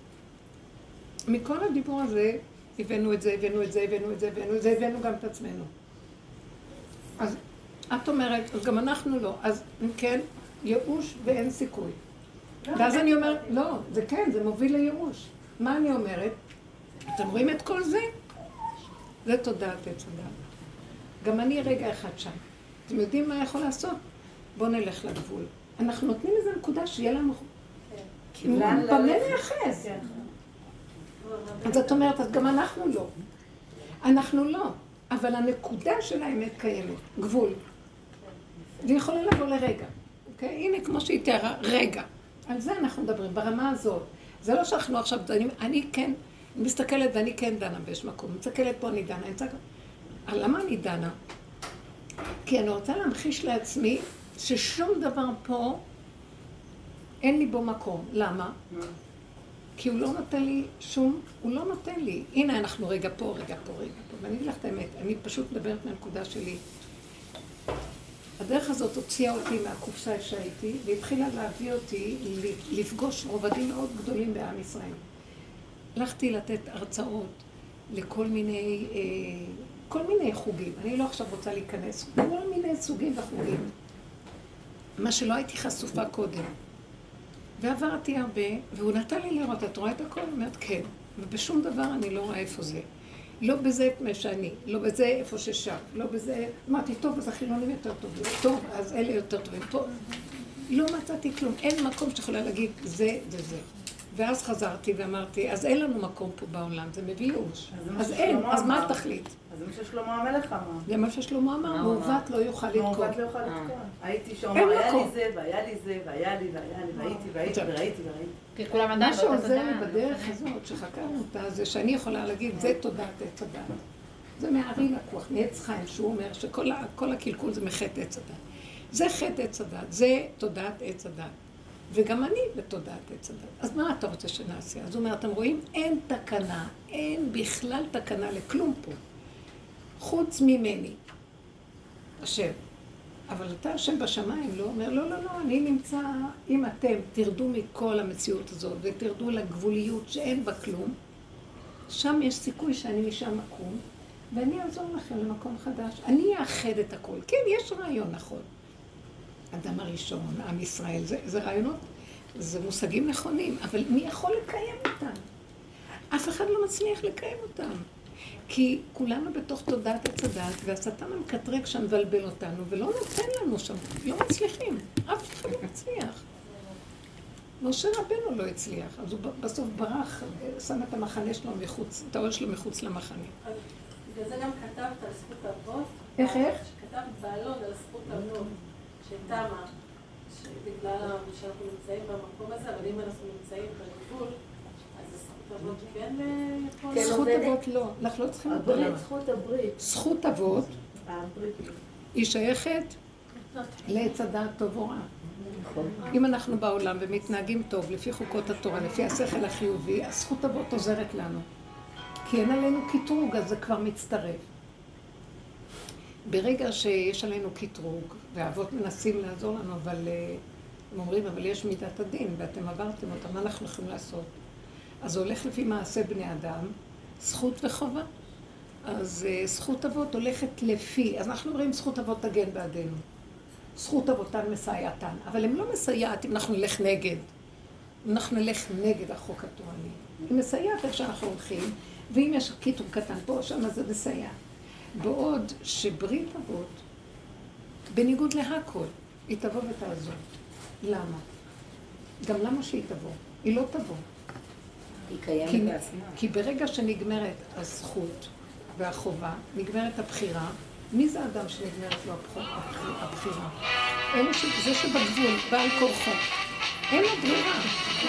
מכל הדיבור הזה, הבאנו את זה, הבאנו את זה, הבאנו את זה, הבאנו את זה, הבאנו גם את עצמנו. אז את אומרת, אז גם אנחנו לא, אז אם כן, ייאוש ואין סיכוי. ואז אני אומרת, לא, זה כן, זה מוביל לייאוש. מה אני אומרת? אתם רואים את כל זה? זה תודעת עץ הדת. גם אני רגע אחד שם. אתם יודעים מה יכול לעשות? בואו נלך לגבול. אנחנו נותנים איזו נקודה שיהיה לנו... במה נאחז? אז את אומרת, אז גם אנחנו לא. אנחנו לא, אבל הנקודה של האמת קיימת, גבול. והיא יכולה לבוא לרגע. אוקיי? הנה, כמו שהיא תיארה, רגע. על זה אנחנו מדברים, ברמה הזאת. זה לא שאנחנו עכשיו, אני, אני כן, אני מסתכלת ואני כן דנה באיש מקום. אני מסתכלת פה, אני דנה. אני מסתכלת... למה אני דנה? כי אני רוצה להמחיש לעצמי ששום דבר פה אין לי בו מקום. למה? כי הוא לא נותן לי שום, הוא לא נותן לי. הנה אנחנו רגע פה, רגע פה, רגע פה. ואני אגיד לך את האמת, אני פשוט מדברת מהנקודה שלי. הדרך הזאת הוציאה אותי מהקופסה שהייתי, והתחילה להביא אותי לפגוש רובדים מאוד גדולים בעם ישראל. הלכתי לתת הרצאות לכל מיני, כל מיני חוגים. אני לא עכשיו רוצה להיכנס, כל מיני סוגים וחוגים. מה שלא הייתי חשופה קודם. ועברתי הרבה, והוא נתן לי לראות, את רואה את הכל? אני אומרת, כן. ובשום דבר אני לא רואה איפה זה. לא בזה מה שאני, לא בזה איפה ששם, לא בזה... אמרתי, טוב, אז החילונים יותר טובים. טוב, אז אלה יותר טובים. פה לא מצאתי כלום. אין מקום שיכולה להגיד, זה וזה. ואז חזרתי ואמרתי, אז אין לנו מקום פה בעולם, זה מביא ייאוש. אז אין, אז מה התכלית? אז זה מה ששלמה המלך אמר. זה מה ששלמה אמר, מעוות לא יוכל לתקון. מעוות לא יוכל לתקון. הייתי שאומר, היה לי זה, והיה לי זה, והיה לי, והיה לי, והייתי, והייתי, וראיתי, וראיתי. כי כולם עדיין מה שעוזר לי בדרך הזאת שחקרנו אותה, זה שאני יכולה להגיד, זה תודעת עץ הדת. זה מהארי לקוח, מעץ חיים, שהוא אומר שכל הקלקול זה מחטא עץ הדת. זה חטא עץ הדת, זה תודעת עץ הדת. וגם אני בתודעת עץ הדת. אז מה אתה רוצה שנעשה? אז הוא אומר, אתם רואים, אין תקנה, אין בכלל תקנה לכלום פה. חוץ ממני. השם. אבל אתה השם בשמיים, לא אומר, לא, לא, לא, אני נמצא, אם אתם תרדו מכל המציאות הזאת ותרדו לגבוליות שאין בה כלום, שם יש סיכוי שאני משם מקום, ואני אעזור לכם למקום חדש. אני אאחד את הכל. כן, יש רעיון, נכון. אדם הראשון, עם ישראל, זה, זה רעיונות, זה מושגים נכונים, אבל מי יכול לקיים אותם? אף אחד לא מצליח לקיים אותם. כי כולנו בתוך תודעת עץ הדת, והשטן מקטרג שם מבלבל אותנו, ולא נותן לנו שם, לא מצליחים, אף אחד לא מצליח. משה רבנו לא הצליח, אז הוא בסוף ברח, שם את המחנה שלו מחוץ, את האוהל שלו מחוץ למחנה. בגלל זה גם כתבת על זכות אבות. איך איך? כתבת בעלון על זכות אבות, שתמה, שבגלל שאנחנו נמצאים במקום הזה, אבל אם אנחנו נמצאים בגבול, כן, זכות אבות לא, אנחנו לא צריכים לדבר. זכות הברית. זכות אבות היא שייכת לעץ הדעת טוב או רע. אם אנחנו בעולם ומתנהגים טוב לפי חוקות התורה, לפי השכל החיובי, הזכות אבות עוזרת לנו. כי אין עלינו קטרוג, אז זה כבר מצטרף. ברגע שיש עלינו קטרוג, והאבות מנסים לעזור לנו, אבל הם אומרים, אבל יש מידת הדין, ואתם עברתם אותם, מה אנחנו יכולים לעשות? אז זה הולך לפי מעשה בני אדם, זכות וחובה. אז זכות אבות הולכת לפי, אז אנחנו אומרים זכות אבות תגן בעדינו. זכות אבותן מסייעתן, אבל הן לא מסייעת אם אנחנו נלך נגד. אם אנחנו נלך נגד החוק התורני. היא מסייעת איך שאנחנו הולכים, ואם יש קיטור קטן פה, שם זה מסייע. בעוד שברית אבות, בניגוד להכל, היא תבוא ותעזור. למה? גם למה שהיא תבוא? היא לא תבוא. היא קיימת בעצמה. כי ברגע שנגמרת הזכות והחובה, נגמרת הבחירה, מי זה האדם שנגמרת לו הבחירה? אלה שזה שבגבול, בעל כורחו. אין לו ברירה.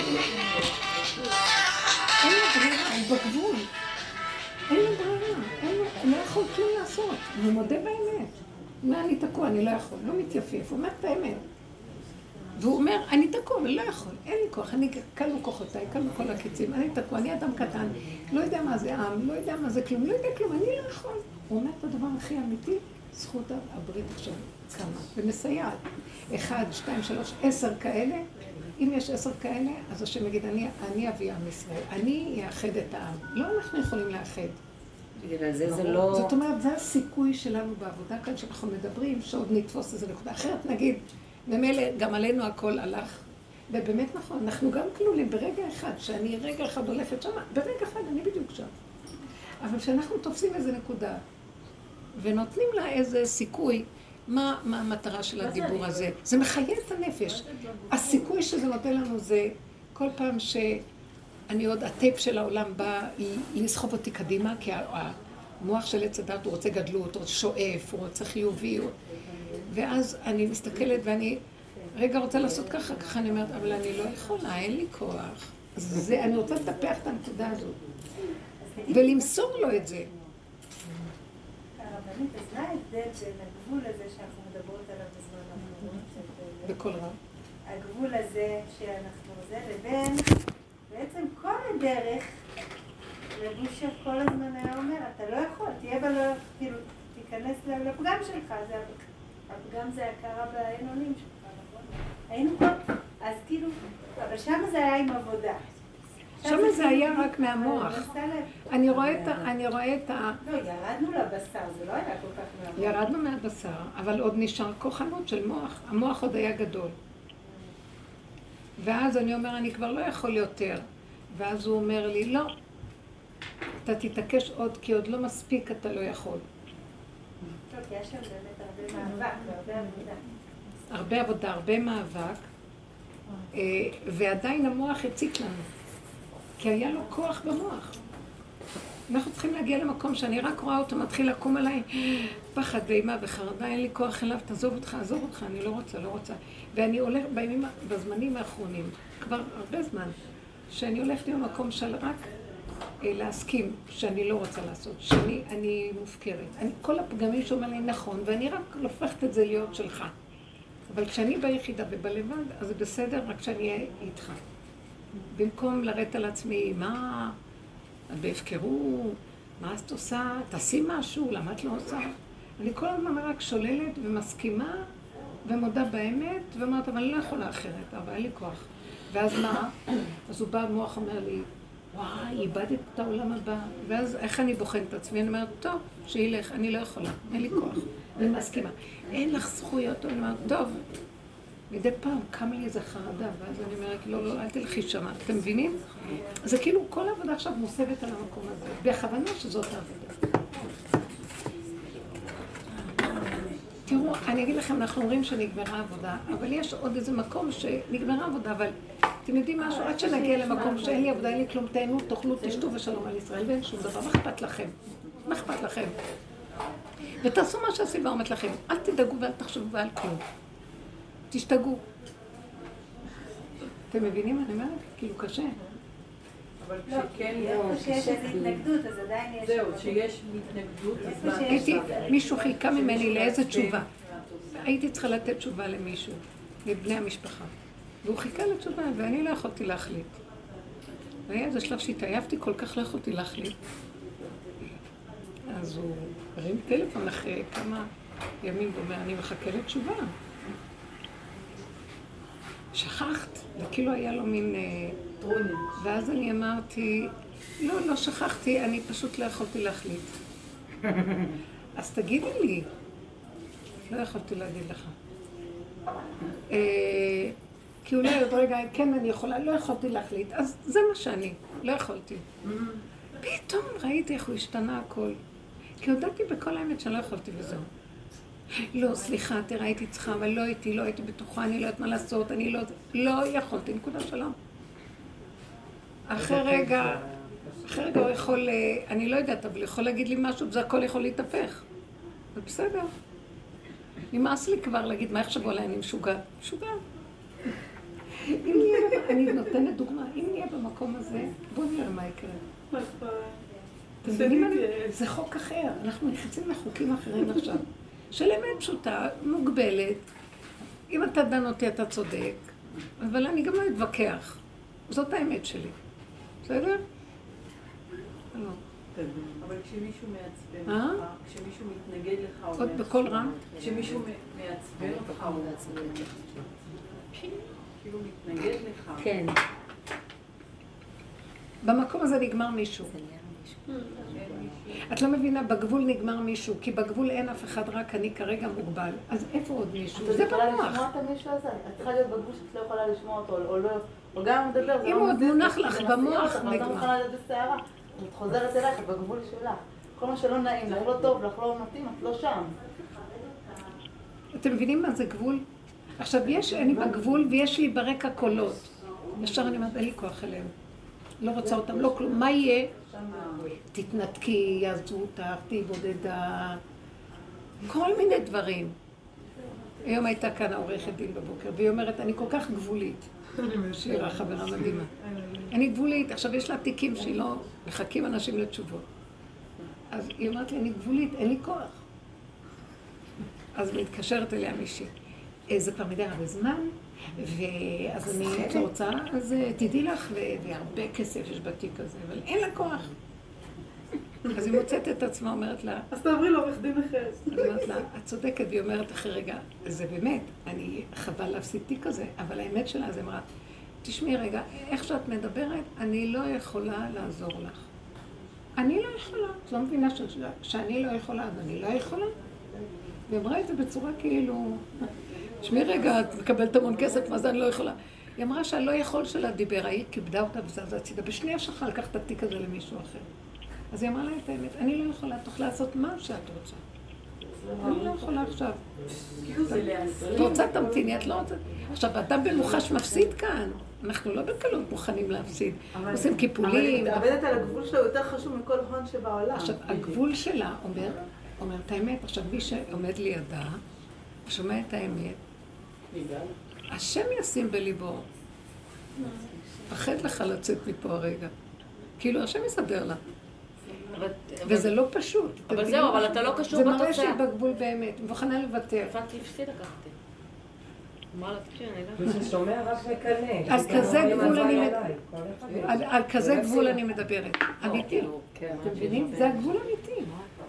אין לו ברירה, הוא בגבול. אין לו ברירה, הוא לא יכול כלום לעשות. הוא מודה באמת. מה אני תקוע, אני לא יכול, לא מתייפף, הוא אומר את האמת. והוא אומר, אני תקוע, אני לא יכול, אין לי כוח, אני קלו כוחותיי, קלו כל הקיצים, אני תקוע, אני אדם קטן, לא יודע מה זה עם, לא יודע מה זה כלום, לא יודע כלום, אני לא יכול. הוא אומר את הדבר הכי אמיתי, זכות הברית עכשיו קמה, ומסייעת. אחד, שתיים, שלוש, עשר כאלה, אם יש עשר כאלה, אז השם יגיד, אני, אני אביא עם ישראל, אני אאחד את העם. לא אנחנו יכולים לאחד. בגלל זה זה לא... זאת אומרת, זה הסיכוי שלנו בעבודה כאן, שאנחנו מדברים, שעוד נתפוס איזה נקודה אחרת, נגיד, ממילא גם עלינו הכל הלך, ובאמת נכון, אנחנו גם כלולים ברגע אחד, שאני רגע אחד הולכת שם, ברגע אחד אני בדיוק שם. אבל כשאנחנו תופסים איזה נקודה, ונותנים לה איזה סיכוי, מה, מה המטרה של הדיבור הזה? זה מחיה את הנפש. הסיכוי שזה נותן לנו זה כל פעם שאני עוד, הטייפ של העולם בא לסחוב אותי קדימה, כי המוח של עץ הדת הוא רוצה גדלות, הוא שואף, הוא רוצה חיובי, הוא... ואז אני מסתכלת ואני רגע רוצה לעשות ככה, ככה אני אומרת, אבל אני לא יכולה, אין לי כוח. אז זה, אני רוצה לטפח את הנקודה הזאת. ולמסור לו את זה. הרבנית, אז מה ההבדל בין הגבול הזה שאנחנו מדברות עליו בזמן האחרון? בכל רב. הגבול הזה שאנחנו זה, לבין בעצם כל הדרך, רבושר כל הזמן היה אומר, אתה לא יכול, תהיה בלא, כאילו, תיכנס לפגם שלך, זה, הפגם זה הכרה בעינונים שלך, נכון? היינו פה, אז כאילו, אבל שם זה היה עם עבודה. שם זה היה רק מהמוח. אני רואה את ה... אני רואה את ה... לא, ירדנו לבשר, זה לא היה כל כך מהמוח. ירדנו מהבשר, אבל עוד נשאר כוחנות של מוח. המוח עוד היה גדול. ואז אני אומר, אני כבר לא יכול יותר. ואז הוא אומר לי, לא, אתה תתעקש עוד, כי עוד לא מספיק, אתה לא יכול. טוב, יש שם באמת הרבה מאבק והרבה עבודה. הרבה עבודה, הרבה מאבק, ועדיין המוח הציק לנו. כי היה לו כוח במוח. אנחנו צריכים להגיע למקום שאני רק רואה אותו, מתחיל לקום עליי פחד ואימה וחרדה, אין לי כוח אליו, תעזוב אותך, עזוב אותך, אני לא רוצה, לא רוצה. ואני הולך בימים, בזמנים האחרונים, כבר הרבה זמן, שאני הולכת למקום של רק אה, להסכים שאני לא רוצה לעשות, שאני אני מופקרת. אני, כל הפגמים שאומר לי נכון, ואני רק הופכת את זה להיות שלך. אבל כשאני ביחידה ובלבד, אז זה בסדר, רק שאני אהיה איתך. במקום לרדת על עצמי, מה, את בהפקרות, מה את עושה, תעשי משהו, למה את לא עושה? אני כל הזמן רק שוללת ומסכימה ומודה באמת, ואומרת, אבל אני לא יכולה אחרת, אבל אין לי כוח. ואז מה? אז הוא בא, המוח אומר לי, וואי, איבדת את העולם הבא. ואז איך אני בוחנת את עצמי? אני אומרת, טוב, שילך, אני לא יכולה, אין לי כוח. אני מסכימה. אין לך זכויות, אני אומרת, טוב. מדי פעם קם לי איזה חרדה, ואז אני אומרת, לא, לא, אל תלכי שמה. אתם מבינים? זה כאילו כל העבודה עכשיו מוסבת על המקום הזה, בכוונה שזאת העבודה. תראו, אני אגיד לכם, אנחנו אומרים שנגמרה עבודה, אבל יש עוד איזה מקום שנגמרה עבודה, אבל אתם יודעים משהו? עד שנגיע למקום שאין לי עבודה, אין לי כלום, תהנו, תאכלו, תשתו ושלום על ישראל, ואין שום דבר, מה אכפת לכם? מה אכפת לכם? ותעשו מה שהסביבה אומרת לכם, אל תדאגו ואל תחשבו ועל כלום. תשתגעו. אתם מבינים? אני אומרת, כאילו קשה. אבל כשכן, כשיש איזו התנגדות, אז עדיין יש... זהו, כשיש התנגדות, אז... הייתי, מישהו חיכה ממני לאיזה תשובה. הייתי צריכה לתת תשובה למישהו, לבני המשפחה. והוא חיכה לתשובה, ואני לא יכולתי להחליט. והיה איזה שלב שהתעייפתי, כל כך לא יכולתי להחליט. אז הוא הרים טלפון אחרי כמה ימים, ואומר, אני מחכה לתשובה. שכחת, וכאילו היה לו מין... טרוני. ואז אני אמרתי, לא, לא שכחתי, אני פשוט לא יכולתי להחליט. אז תגידי לי. לא יכולתי להגיד לך. כי אולי עוד רגע, כן, אני יכולה, לא יכולתי להחליט. אז זה מה שאני, לא יכולתי. פתאום ראיתי איך הוא השתנה הכל. כי הודעתי בכל האמת שאני לא יכולתי וזהו. לא, סליחה, תראה, הייתי צריכה, אבל לא הייתי, לא הייתי בטוחה, אני לא יודעת מה לעשות, אני לא... לא יכולתי, נקודה שלום. אחרי רגע, אחרי רגע הוא יכול, אני לא יודעת, אבל יכול להגיד לי משהו, זה הכל יכול להתהפך. זה בסדר. נמאס לי כבר להגיד, מה יחשבו עליי, אני משוגע. משוגע. אם נהיה, אני נותנת דוגמה, אם נהיה במקום הזה, בואו נראה מה יקרה. אתם מבינים? זה חוק אחר, אנחנו נכנסים לחוקים אחרים עכשיו. של אמת פשוטה, מוגבלת. אם אתה דן אותי, אתה צודק, אבל אני גם לא אתווכח. זאת האמת שלי. בסדר? לא. אבל כשמישהו מעצבן אותך, כשמישהו מתנגד לך, עוד בכל רם? כשמישהו מעצבן אותך, כאילו מתנגד לך. כן. במקום הזה נגמר מישהו. את לא מבינה, בגבול נגמר מישהו, כי בגבול אין אף אחד, רק אני כרגע מוגבל. אז איפה עוד מישהו? זה במוח. את יכולה לשמוע את המישהו הזה? את צריכה להיות בגבול שאת לא יכולה לשמוע אותו, או לא... או גם הוא מדבר, אם הוא עוד מונח לך במוח, נגמר. את לא מוכנה להיות בסערה. את חוזרת אלייך, בגבול שלך. כל מה שלא נעים לך, לא טוב לך, לא מתאים, את לא שם. אתם מבינים מה זה גבול? עכשיו, יש אני בגבול ויש לי ברקע קולות. ישר אני אומרת, אין לי כוח אליהם. לא רוצה אותם, לא כלום. מה יהיה? תתנתקי, יעזו אותך, תהי בודדה. כל מיני דברים. היום הייתה כאן העורכת דין בבוקר, והיא אומרת, אני כל כך גבולית. שירה חברה מדהימה. אני גבולית, עכשיו יש לה תיקים שהיא לא... מחכים אנשים לתשובות. אז היא אומרת לי, אני גבולית, אין לי כוח. אז מתקשרת אליה מישהי. זה כבר מדי הרבה זמן, ואז אני רוצה, אז תדעי לך, והרבה כסף יש בתיק הזה, אבל אין לה כוח. אז היא מוצאת את עצמה, אומרת לה... אז תעברי לו עורך דין אחר. אז היא אומרת לה, את צודקת, והיא אומרת אחרי רגע, זה באמת, אני חבל להפסיד תיק כזה, אבל האמת שלה, אז היא אמרה, תשמעי רגע, איך שאת מדברת, אני לא יכולה לעזור לך. אני לא יכולה, את לא מבינה שאני לא יכולה, אז אני לא יכולה. והיא אמרה את זה בצורה כאילו, תשמעי רגע, את מקבלת המון כסף, מה זה אני לא יכולה? היא אמרה שהלא יכול שלה דיבר, היא כיבדה אותה וזזה הצידה, בשנייה שלך לקחת את התיק הזה למישהו אחר. אז היא אמרה לה את האמת, אני לא יכולה, תוכל לעשות מה שאת רוצה. אני לא יכולה עכשיו. את רוצה תמתיני, את לא רוצה. עכשיו, האדם במוחש מפסיד כאן. אנחנו לא בקלות מוכנים להפסיד. עושים קיפולים. אבל היא מתאבדת על הגבול שלה יותר חשוב מכל הון שבעולם. עכשיו, הגבול שלה אומר, אומר את האמת. עכשיו, מי שעומד לידה, שומע את האמת, השם ישים בליבו. פחד לך לצאת מפה הרגע. כאילו, השם יסדר לה. וזה לא פשוט. אבל זהו, אבל אתה לא קשור בתוצאה. זה מראה שהיא בגבול באמת, מבחנה לוותר. הבנתי לפסיד לקחתי. מה לה, תקשיב, אני לא... מי ששומע רק מקנה. אז כזה גבול אני מדברת. על כזה גבול אני מדברת. אמיתי. אתם מבינים? זה הגבול אמיתי.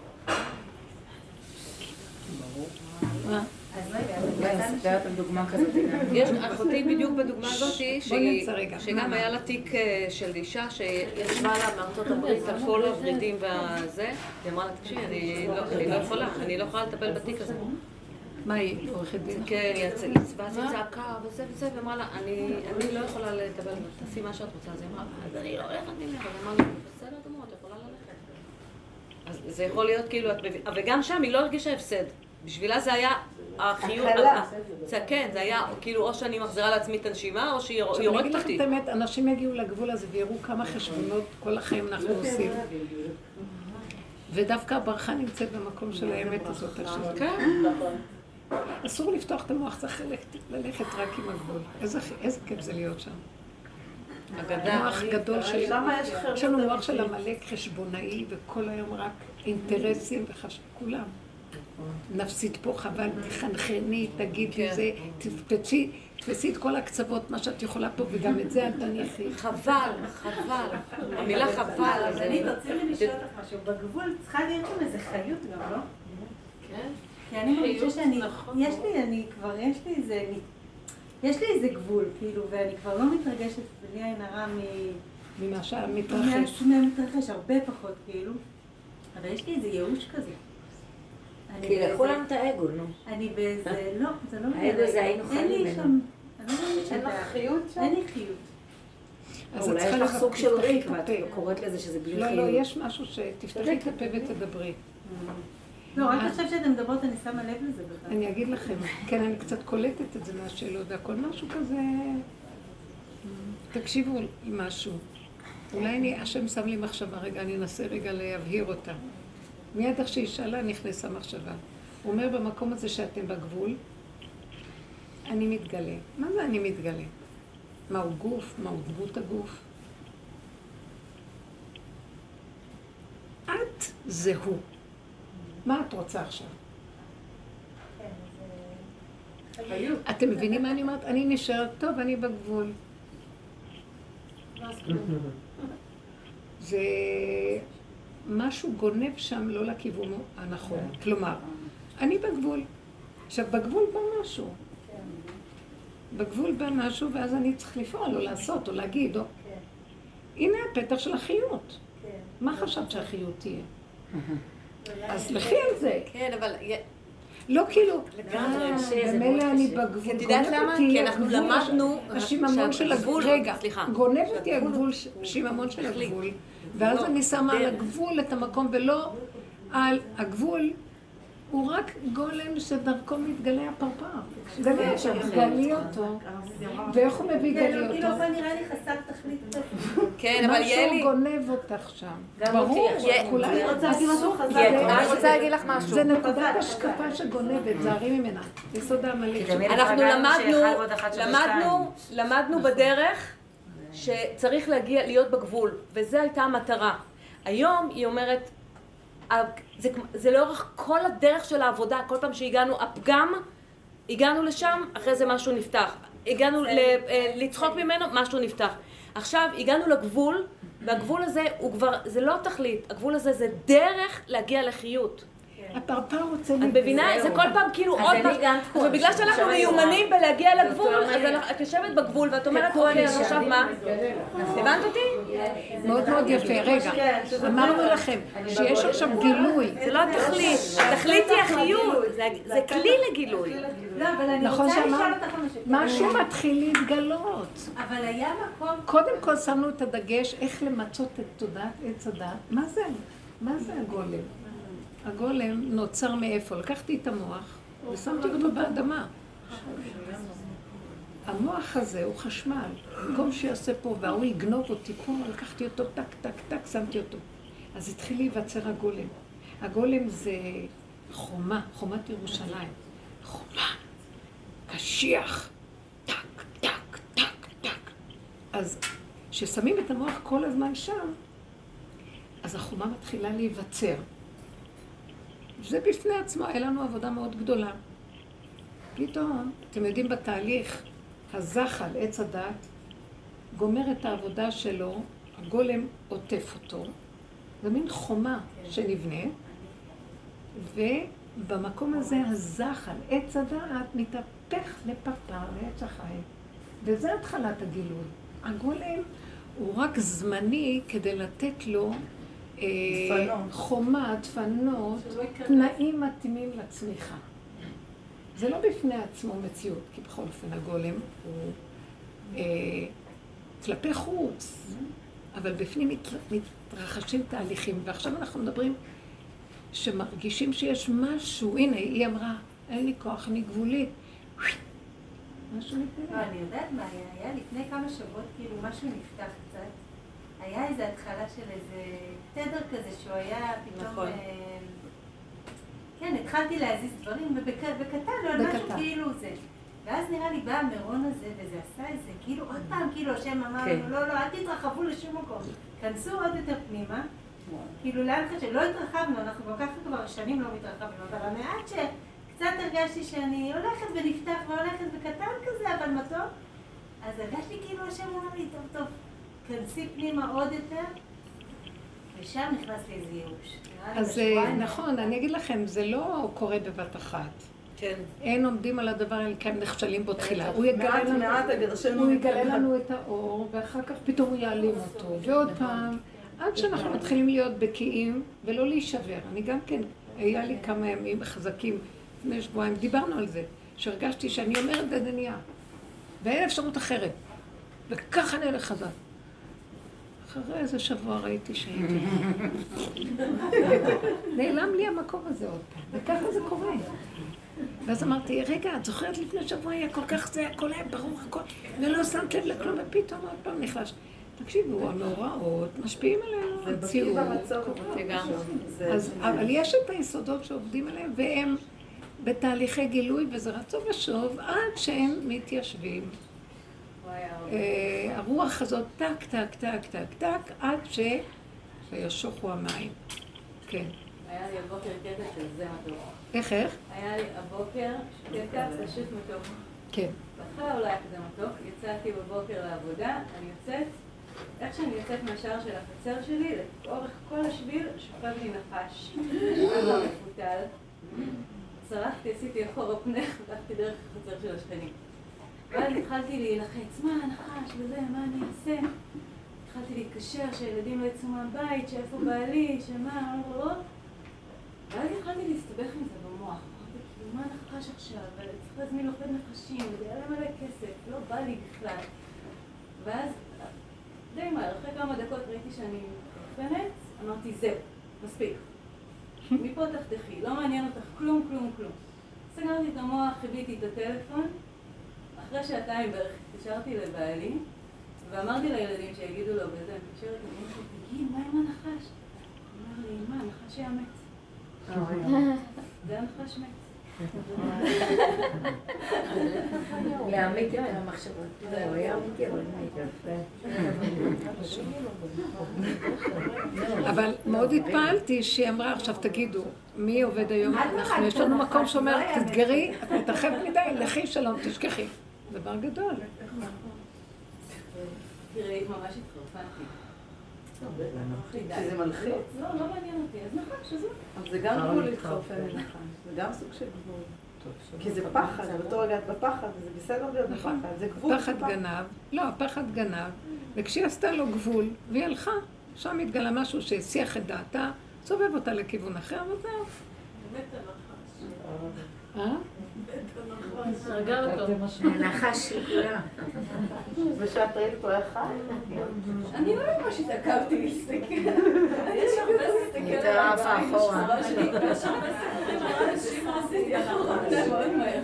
מה? ספרת על דוגמה כזאת. יש אחותי בדיוק בדוגמה הזאת, שגם היה לה תיק של אישה שישבה לה מארצות הברית על כל הוורידים והזה, היא אמרה לה, תקשיבי, אני לא יכולה, אני לא יכולה לטפל בתיק הזה. מה היא? עורכת דין? כן, היא הצבעה, היא צעקה וזה וזה, ואמרה לה, אני לא יכולה לטפל, תעשי מה שאת רוצה. אז היא אמרה, אז אני לא הולכת ממך, אז אמרה לה, בסדר גמור, את יכולה ללכת. אז זה יכול להיות כאילו, וגם שם היא לא הרגישה הפסד. בשבילה זה היה החיוב, כן, זה היה כאילו או שאני מחזירה לעצמי את הנשימה או שהיא יורדת אותי. אני אגיד לכם את האמת, אנשים יגיעו לגבול הזה ויראו כמה חשבונות כל החיים אנחנו עושים. ודווקא הברכה נמצאת במקום של האמת הזאת. כן. אסור לפתוח את המוח, צריך ללכת רק עם הגבול. איזה כיף זה להיות שם. מוח גדול של... יש לנו מוח של המלאק חשבונאי וכל היום רק אינטרסים וחשבון. נפסית פה חבל, תחנחני, תגידי זה, תפסי את כל הקצוות, מה שאת יכולה פה, וגם את זה אל תניחי. חבל, חבל. המילה חבל. אז אני תרצי לי לשאול לך משהו. בגבול צריכה להיות שם איזה חיות גם, לא? כן. כי אני מרגישה שאני, יש לי, אני כבר, יש לי איזה, יש לי איזה גבול, כאילו, ואני כבר לא מתרגשת בלי עין הרע ממה שמתרחש. מהמתרחש, הרבה פחות, כאילו. אבל יש לי איזה ייאוש כזה. כי לקחו לנו את האגו, נו. אני באיזה, לא, זה לא... האגו זה היינו חיים ממנו. אין לך חיות שם? אין לי חיות. אולי יש לך סוג של ריק, ואת קוראת לזה שזה בלי חיות. לא, לא, יש משהו שתפתחי את הפה ותדברי. לא, רק עכשיו שאתם מדברות, אני שמה לב לזה בכלל. אני אגיד לכם, כן, אני קצת קולטת את זה מהשאלות, והכל משהו כזה... תקשיבו משהו. אולי אני, השם שם לי מחשבה, רגע, אני אנסה רגע להבהיר אותה. מיד איך שהיא שאלה נכנסה מחשבה. הוא אומר במקום הזה שאתם בגבול, אני מתגלה. מה זה אני מתגלה? מהו גוף? מהו דמות הגוף? את זה הוא. מה את רוצה עכשיו? אתם מבינים מה אני אומרת? אני נשארת טוב, אני בגבול. זה... משהו גונב שם לא לכיוון הנכון. כלומר, אני בגבול. עכשיו, בגבול בא משהו. בגבול בא משהו, ואז אני צריך לפעול, או לעשות, או להגיד, או... הנה הפתח של החיות. מה חשבת שהחיות תהיה? אז לכי על זה. כן, אבל... לא כאילו, במילא אני בגבול. את יודעת למה? כי אנחנו למדנו... השיממון של הגבול, רגע, גונב אותי הגבול, שיממון של הגבול, ואז אני שמה על הגבול את המקום, ולא על הגבול הוא רק גולם שדרכו מתגלה הפרפר. גלי אותו. ואיך הוא מביא גלי אותו? כאילו זה נראה לי חסר תכלית. כן, אבל יהיה לי... משהו גונב אותך שם. ברור, כולם עשו חזק. אני רוצה להגיד לך משהו. זה נקודת השקפה שגונבת, זהרי ממנה. יסוד העמלק. אנחנו למדנו, למדנו, למדנו בדרך שצריך להגיע, להיות בגבול, וזו הייתה המטרה. היום היא אומרת, זה, זה לאורך כל הדרך של העבודה, כל פעם שהגענו, הפגם, הגענו לשם, אחרי זה משהו נפתח. הגענו ל, לצחוק ממנו, משהו נפתח. עכשיו הגענו לגבול, והגבול הזה הוא כבר, זה לא תכלית, הגבול הזה זה דרך להגיע לחיות. הפרפר רוצה את מבינה? זה כל פעם כאילו עוד פעם, ובגלל שאנחנו מיומנים בלהגיע לגבול, אז את יושבת בגבול ואת אומרת, אוקיי, אז עכשיו מה? הבנת אותי? מאוד מאוד יפה. רגע, אמרנו לכם שיש עכשיו גילוי. זה לא התכלית, התכלית היא החיות, זה כלי לגילוי. נכון שאמר, משהו מתחיל להתגלות. אבל היה מקום... קודם כל שמנו את הדגש איך למצות את תודעת עץ הדת. מה זה? מה זה הגולם? הגולם נוצר מאיפה? לקחתי את המוח ושמתי אותו באדמה. המוח הזה הוא חשמל. במקום שיעשה פה והוא יגנוב אותי פה, לקחתי אותו טק, טק, טק, שמתי אותו. אז התחיל להיווצר הגולם. הגולם זה חומה, חומת ירושלים. חומה, קשיח, טק, טק, טק, טק. אז כששמים את המוח כל הזמן שם, אז החומה מתחילה להיווצר. זה בפני עצמו, היה לנו עבודה מאוד גדולה. פתאום, אתם יודעים בתהליך, הזחל, עץ הדת, גומר את העבודה שלו, הגולם עוטף אותו, זה מין חומה שנבנה, ובמקום הזה הזחל, עץ הדעת, מתהפך לפרפר, לעץ החיים. וזה התחלת הגילוי. הגולם הוא רק זמני כדי לתת לו חומה, דפנות, תנאים מתאימים לצמיחה. זה לא בפני עצמו מציאות, כי בכל אופן הגולם הוא כלפי חוץ, אבל בפנים מתרחשים תהליכים. ועכשיו אנחנו מדברים שמרגישים שיש משהו, הנה, היא אמרה, אין לי כוח, אני גבולית. משהו מתנהל. אני יודעת מה היה, היה לפני כמה שבועות, כאילו משהו נפתח קצת. היה איזו התחלה של איזה תדר כזה שהוא היה פתאום... כן, התחלתי להזיז דברים, ובקטן, לא משהו כאילו זה. ואז נראה לי בא המרון הזה, וזה עשה איזה, כאילו עוד פעם, כאילו השם אמר לנו, לא, לא, אל תתרחבו לשום מקום. כנסו עוד יותר פנימה, כאילו לאן חשב, לא התרחבנו, אנחנו כל כך כבר שנים לא מתרחבנו, אבל המעט שקצת הרגשתי שאני הולכת ונפתח והולכת וקטן כזה, אבל מתוק, אז הרגשתי כאילו השם אמר לי, טוב, טוב, כנסי פנימה עוד יותר, ושם נכנס לי איזה ייאוש. אז נכון, אני אגיד לכם, זה לא קורה בבת אחת. כן. אין עומדים על הדבר, אלא כי הם נכשלים בו תחילה. הוא יגלה לנו את האור, ואחר כך פתאום הוא יעלים אותו. ועוד פעם, עד שאנחנו מתחילים להיות בקיאים ולא להישבר. אני גם כן, היה לי כמה ימים חזקים, לפני שבועיים, דיברנו על זה, שהרגשתי שאני אומרת דדניה, ואין אפשרות אחרת. וככה אני הולך חזק. אחרי איזה שבוע ראיתי שהייתי. נעלם לי המקום הזה עוד פעם, וככה זה קורה. ואז אמרתי, רגע, את זוכרת לפני שבוע היה כל כך זה, הכל היה ברור, הכל, ולא שמת לב לכלום, ופתאום עוד פעם נחלש. תקשיבו, המאורעות משפיעים עלינו, המציאות. אבל יש את היסודות שעובדים עליהם, והם בתהליכי גילוי, וזה רצו ושוב, עד שהם מתיישבים. הרוח הזאת טק, טק, טק, טק, טק, עד שישוחו המים. כן. היה לי הבוקר קטע של זה מתוק. איך, איך? היה לי הבוקר קטע פשוט מתוק. כן. בהתחלה אולי כזה מתוק, יצאתי בבוקר לעבודה, אני יוצאת, איך שאני יוצאת מהשער של החצר שלי, לאורך כל השביל שוכב לי נחש. לא מפותל. צרחתי, עשיתי אחורה פנך, הלכתי דרך החצר של השכנים. ואז התחלתי להילחץ, מה הנחש וזה, מה אני אעשה? התחלתי להתקשר שהילדים לא יצאו מהבית, שאיפה בעלי, שמה, לא, לא. ואז התחלתי להסתבך עם זה במוח. אמרתי, כאילו, מה נחש עכשיו? צריך להזמין לוחד נחשים, וזה היה להם מלא כסף, לא בא לי בכלל. ואז, די מהר, אחרי כמה דקות ראיתי שאני מתפנת, אמרתי, זהו, מספיק. מפה תפתחי, לא מעניין אותך כלום, כלום, כלום. סגרתי את המוח, חיביתי את הטלפון, אחרי שעתיים בערך התקשרתי לבעלי, ואמרתי לילדים שיגידו לו בזה, אני מתקשרת, אני אומרת לו, תגיד, מה עם הנחש? הוא אומר לי, מה, הנחש היה מת. זה הנחש מת. להעמיד את המחשבות. זהו, היה אמיתי, אבל יפה. אבל מאוד התפעלתי שהיא אמרה, עכשיו תגידו, מי עובד היום? אנחנו, יש לנו מקום שאומר, תסגרי, את מתרחבת מדי, לכי שלום, תשכחי. דבר גדול. תראי, ממש התחרפנתי. שזה מלחיץ? לא, לא מעניין אותי, אז נחש, אז אבל זה גם גבול להתחרפן מנחש, זה גם סוג של גבול. כי זה פחד, באותו רגע את בפחד, וזה בסדר להיות בפחד, זה גבול. פחד גנב, לא, הפחד גנב, וכשהיא עשתה לו גבול, והיא הלכה, שם התגלה משהו שהסיח את דעתה, סובב אותה לכיוון אחר, וזהו. באמת הנחש. אה? רגע אותו. נחש של כולם. ושאת ראית פה אחד? אני לא ממש התעכבתי להסתכל. יש הרבה להסתכל על יותר עפה אחורה. יש הרבה סיפורים על אנשים עשיתי אחורה, זה מאוד מהר.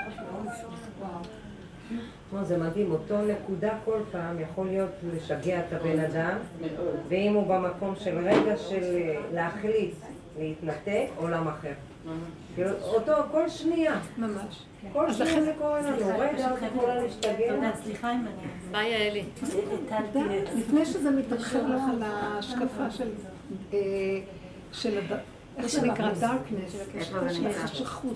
זה מדהים, אותו נקודה כל פעם יכול להיות לשגע את הבן אדם, ואם הוא במקום של רגע של להחליט, להתנתק, עולם אחר. אותו כל שנייה. ממש. כל שנייה זה קורה לנו, רגע, אתה יכולה להשתגע. סליחה אם אני... ביי אלי. לפני שזה מתרחב לך על ההשקפה של... של... איך זה נקרא? דארקנס. של החשכות.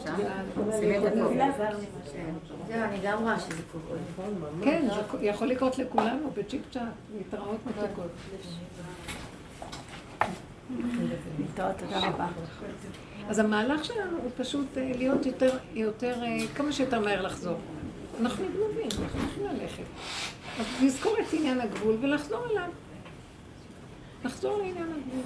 זהו, אני גם רואה שזה קורה. כן, זה יכול לקרות לכולנו, בצ'יק צ'אק, להתראות מתוקות. להתראות, תודה רבה. אז המהלך שלנו הוא פשוט להיות יותר, יותר, כמה שיותר מהר לחזור. אנחנו נגנבים, אנחנו צריכים ללכת. אז לזכור את עניין הגבול ולחזור אליו. לחזור לעניין הגבול.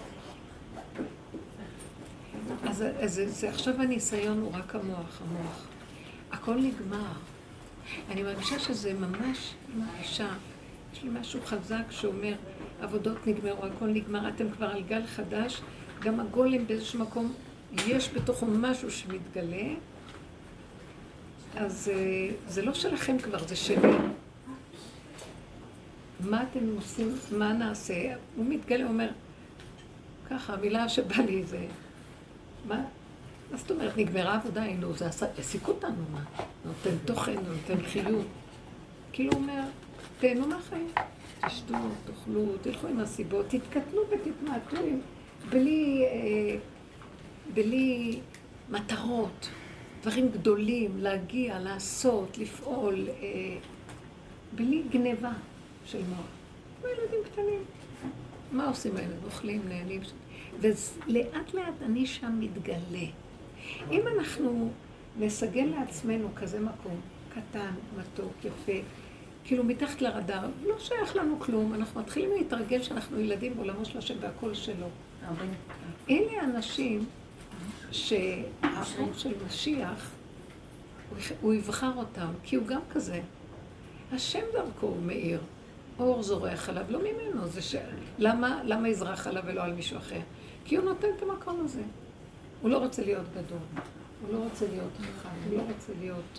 אז, אז זה, עכשיו הניסיון הוא רק המוח, המוח. הכל נגמר. אני מרגישה שזה ממש מרגישה. יש לי משהו חזק שאומר, עבודות נגמרו, הכל נגמר, אתם כבר על גל חדש, גם הגולם באיזשהו מקום, יש בתוכו משהו שמתגלה, אז זה לא שלכם כבר, זה שלי. מה אתם עושים, מה נעשה? הוא מתגלה, אומר, ככה, המילה שבא לי זה, מה? מה זאת אומרת, נגמרה עבודה, הנה, זה העסיק אותנו, מה? נותן תוכן, נותן חיות. כאילו הוא אומר, תהנו מהחיים, תשתו, תאכלו, תלכו עם הסיבות, תתקטנו ותתמעטו בלי, בלי מטרות, דברים גדולים, להגיע, לעשות, לפעול, בלי גניבה של מוח. כמו ילדים קטנים. מה עושים האלה? אוכלים, נהנים. ולאט לאט אני שם מתגלה. אם אנחנו נסגל לעצמנו כזה מקום, קטן, מתוק, יפה, כאילו מתחת לרדאר, לא שייך לנו כלום, אנחנו מתחילים להתרגל שאנחנו ילדים בעולמו של השם והכל שלו. אלה האנשים שהאור של משיח, הוא יבחר אותם, כי הוא גם כזה. השם דרכו הוא מאיר, אור זורח עליו, לא ממנו, זה ש... למה, למה יזרח עליו ולא על מישהו אחר? כי הוא נותן את המקום הזה. הוא לא רוצה להיות גדול, הוא לא רוצה להיות חכם, הוא לא רוצה להיות...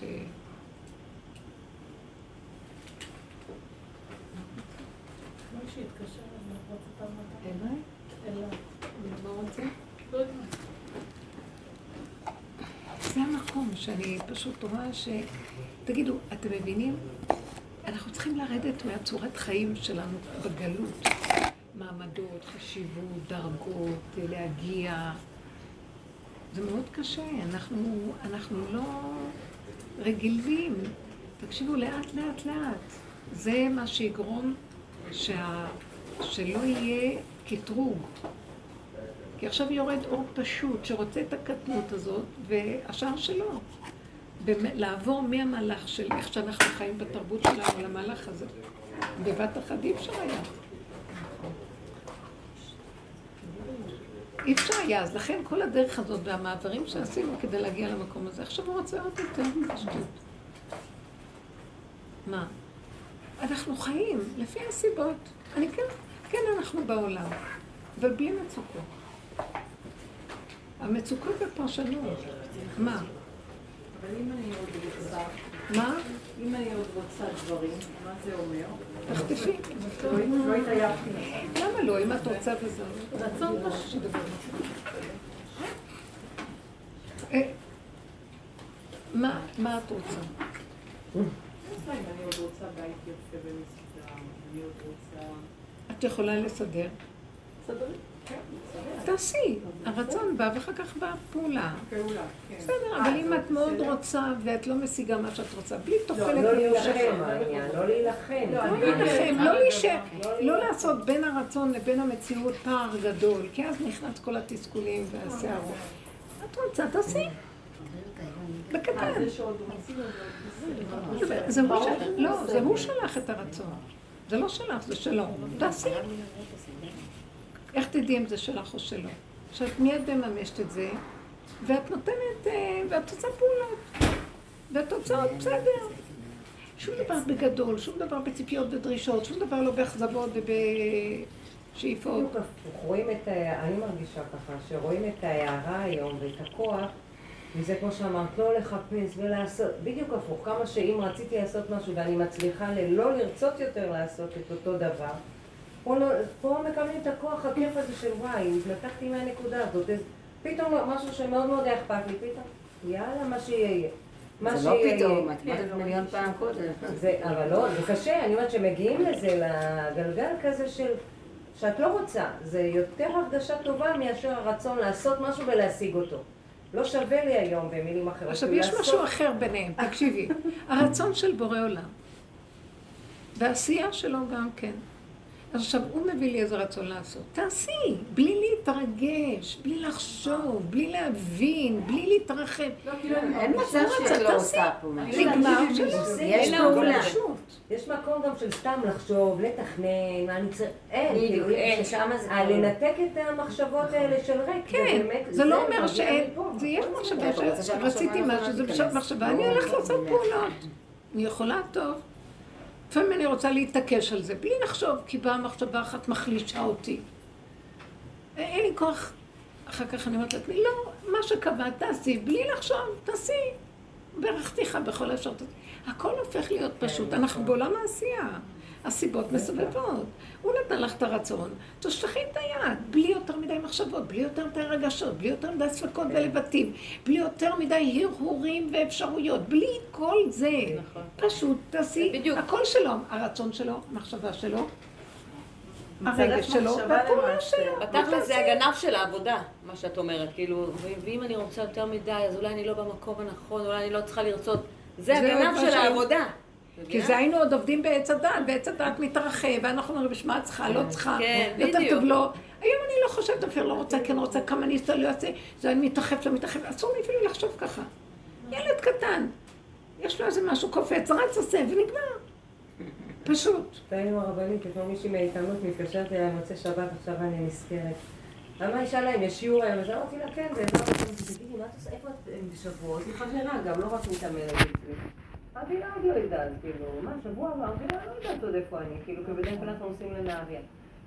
זה המקום שאני פשוט רואה ש... תגידו, אתם מבינים? אנחנו צריכים לרדת מהצורת חיים שלנו בגלות. מעמדות, חשיבות, דרגות, להגיע. זה מאוד קשה, אנחנו, אנחנו לא רגילים. תקשיבו, לאט לאט לאט. זה מה שיגרום שה... שלא יהיה קטרוג. כי עכשיו יורד אור פשוט שרוצה את הקטנות הזאת, והשאר שלו. לעבור מהמהלך של איך שאנחנו חיים בתרבות שלנו למהלך הזה. בבת אחת אי אפשר היה. אי אפשר היה, אז לכן כל הדרך הזאת והמעברים שעשינו כדי להגיע למקום הזה, עכשיו הוא רוצה עוד יותר פשטות. מה? אנחנו חיים לפי הסיבות. אני כן, כן אנחנו בעולם, אבל בלי מצוקות. המצוקות בפרשנות. מה? אבל אם אני עוד רוצה... מה? אם אני עוד רוצה דברים, מה זה אומר? תחטפי. לא התעייפתי. למה לא? אם את רוצה וזה... רצון פשוט. מה? מה את רוצה? אם אני עוד רוצה בית יפה ומסודר, אני עוד רוצה... את יכולה לסדר? סדר? כן, סדר. תעשי. הרצון בא ואחר כך באה פעולה. פעולה, כן. בסדר, אבל אם את מאוד רוצה ואת לא משיגה מה שאת רוצה, בלי תוחלת לא ממושכת. להילחם, העניין, לא להילחם. לא להילחם, לא להישאר, לא לעשות בין הרצון לבין המציאות פער גדול, כי אז נכנס כל התסכולים והשערות. את רוצה, תעשי. בקטן. זה שעוד רוצים עוד זה הוא שלך, לא, זה הוא שלח את הרצון. זה לא שלך, זה שלו. תעשי. איך תדעי אם זה שלך או שלו? שאת מיד מממשת את זה, ואת נותנת, ואת עושה פעולות. והתוצאות בסדר. שום דבר בגדול, שום דבר בציפיות ודרישות, שום דבר לא באכזבות ובשאיפות. רואים את, אני מרגישה ככה, שרואים את ההערה היום ואת הכוח, וזה כמו שאמרת, לא לחפש ולעשות, בדיוק הפוך, כמה שאם רציתי לעשות משהו ואני מצליחה ללא לרצות יותר לעשות את אותו דבר, פה, לא, פה מקבלים את הכוח הכיף הזה של וואי, התנתקתי מהנקודה הזאת, פתאום משהו שמאוד מאוד אכפת לי, פתאום, יאללה, מה שיהיה. זה לא פתאום, את אמרת מיליון פעם קודם. זה, אבל לא, זה קשה, אני אומרת שמגיעים לזה, לגלגל כזה של, שאת לא רוצה, זה יותר הרגשה טובה מאשר הרצון לעשות משהו ולהשיג אותו. לא שווה לי היום במילים אחרות. עכשיו, יש משהו אחר ביניהם, תקשיבי. הרצון של בורא עולם. והעשייה שלו גם כן. עכשיו, הוא מביא לי איזה רצון לעשות. תעשי, בלי להתרגש, בלי לחשוב, בלי להבין, בלי להתרחב. אין מצב שאת לא עושה פה משהו. נגמר שלא. יש פעולה. יש מקום גם של סתם לחשוב, לתכנן, מה אני צריך... אין, בדיוק, אין, שמה זה... לנתק את המחשבות האלה של ריק. כן, זה לא אומר שאין... זה יש מחשבה שרציתי משהו, זה בשביל מחשבה, אני הולכת לעשות פעולות. אני יכולה טוב. לפעמים אני רוצה להתעקש על זה, בלי לחשוב, כי באה מחשבה אחת מחלישה אותי. אין לי כוח. אחר כך אני אומרת לעצמי, לא, מה שקבעת, תעשי, בלי לחשוב, תעשי. ברכתיך בכל אפשרות. הכל הופך להיות פשוט. אנחנו בעולם העשייה. הסיבות מסובבות. הוא נתן לך את הרצון, תשלחי את היד, בלי יותר מדי מחשבות, בלי יותר מדי רגשות, בלי יותר מדי ספקות ולבטים, בלי יותר מדי הרהורים ואפשרויות, בלי כל זה. פשוט תעשי, הכל שלו, הרצון שלו, המחשבה שלו, הרגש שלו, והפעולה שלו. בתכל'ס זה הגנב של העבודה, מה שאת אומרת, כאילו, ואם אני רוצה יותר מדי, אז אולי אני לא במקום הנכון, אולי אני לא צריכה לרצות. זה הגנב של העבודה. כי זה היינו עוד עובדים בעץ הדת, בעץ הדת מתרחב, ואנחנו אומרים, בשמה את צריכה, לא צריכה, יותר טוב לא. היום אני לא חושבת, אפילו לא רוצה, כן רוצה, כמה אני אסתר, לא יוצא, זה אני מתרחב, לא מתרחב, אסור לי אפילו לחשוב ככה. ילד קטן, יש לו איזה משהו קופץ, רץ עושה, ונגמר. פשוט. היינו הרבנית, כמו מישהי מהעיתונות מתקשרת אליי מוצא שבת, עכשיו אני נזכרת. למה אישה להם, יש שיעור היום, אז אמרתי לה, כן, ואיפה תגידי, מה את עושה, איפה את בשבועות? היא חברה, גם לא רק מתעמלת אצלי. אמרתי לה, עוד לא יודעת, כאילו, מה, שבוע עבר? אמרתי לה, לא יודעת עוד איפה אני, כאילו, כבדרך כלל אנחנו נוסעים לנהריה.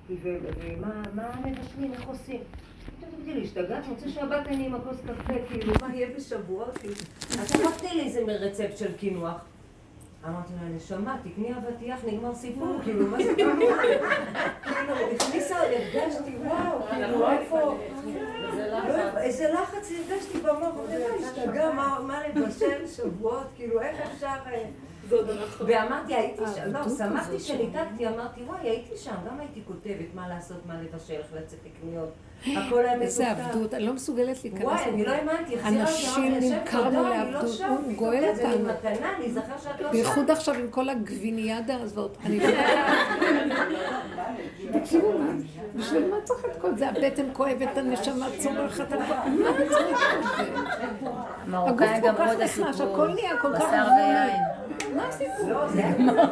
ומה מבשלים, איך עושים? פתאום תגידי לי, השתגעת, מוצא שבת אני עם הכוס קפה, כאילו, מה יהיה בשבועות? אז אמרתי לי איזה רצפט של קינוח. אמרתי לה, נשמה, תקני אבטיח, נגמר סיפור, כאילו, מה זה קינוח? כאילו, הכניסה, הרגשתי, וואו, כאילו, איפה? איזה לחץ הרגשתי במוח, השתגע, מה לבשל שבועות, כאילו, איך אפשר... ואמרתי, הייתי שם, לא, שמחתי שניתקתי, אמרתי, וואי, הייתי שם, גם הייתי כותבת מה לעשות, מה לבשל, איך לצאת לקניות, הכל היה מתוקתק. איזה עבדות, אני לא מסוגלת להיכנס. וואי, אני לא האמנתי, אנשים נמכרנו לעבדות, הוא גואל אותנו. זה מתנה, אני זכר שאת לא שם. בייחוד עכשיו עם כל הגביניאדה הזאת, אני לא יודעת. תקשיבו מה, בשביל מה צריך את כל זה? הבטן כואבת, הנשמה צורחת, מה צריך את זה? מרוקאים גם עוד הסיפור, הכל נהיה כל כך בשר ויין. מה הסיפור? לא, זה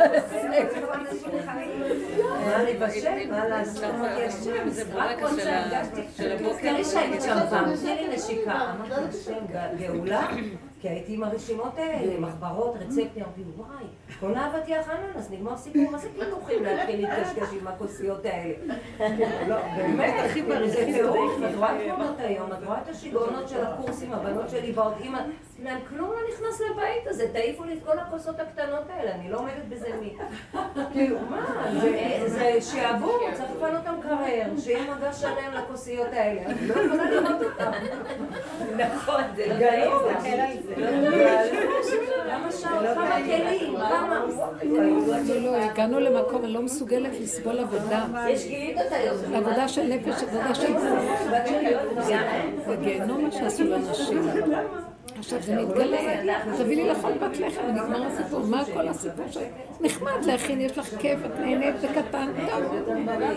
מה לבשל, מה לעשות? זה ברקע של הבוקר. תראי שהיית שם פעם, תראי לי נשיקה. אמרתי השם גאולה, כי הייתי עם הרשימות האלה, מחברות, רצפטים, אמרתי, וואי, קונה אבטיח אננס, נגמר סיפור, מה זה פינוחים להתחיל להתקשקש עם הכוסיות האלה? לא, באמת, זה טירוף, את רואה את תמונות היום, את רואה את השיגעונות של הקורסים, הבנות שלי באות, אמא, להם כלום לא נכנס לבית הזה, תעיפו לי את כל הכוסות הקטנות האלה, אני לא עומדת בזה מי. כאילו, מה? זה שעבור, צריך לפנות אותם קרר, שיהיה מגע שלם לכוסיות האלה, אני לא יכולה לראות אותם. נכון, זה לא גאיות. גאיות. כמה שעות, כמה כלים, כמה... לא, הגענו למקום, אני לא מסוגלת לסבול עבודה. יש גילית היום. עבודה של נפש, עבודה של גוף. זה גיהנום מה שעשו לאנשים. עכשיו זה מתגלה, תביא לי לאכול בת לחם, ונגמר הסיפור. מה כל הסיפור שלך? נחמד להכין, יש לך כיף, את נהנית בקטן, טוב.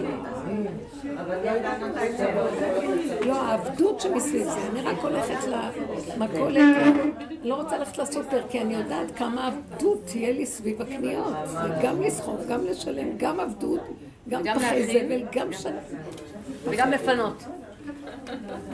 לא, העבדות שמסביב זה, אני רק הולכת למכולת, לא רוצה ללכת לסופר, כי אני יודעת כמה עבדות תהיה לי סביב הקניות. גם לסחוב, גם לשלם, גם עבדות, גם פחי זבל, גם שנה. וגם לפנות.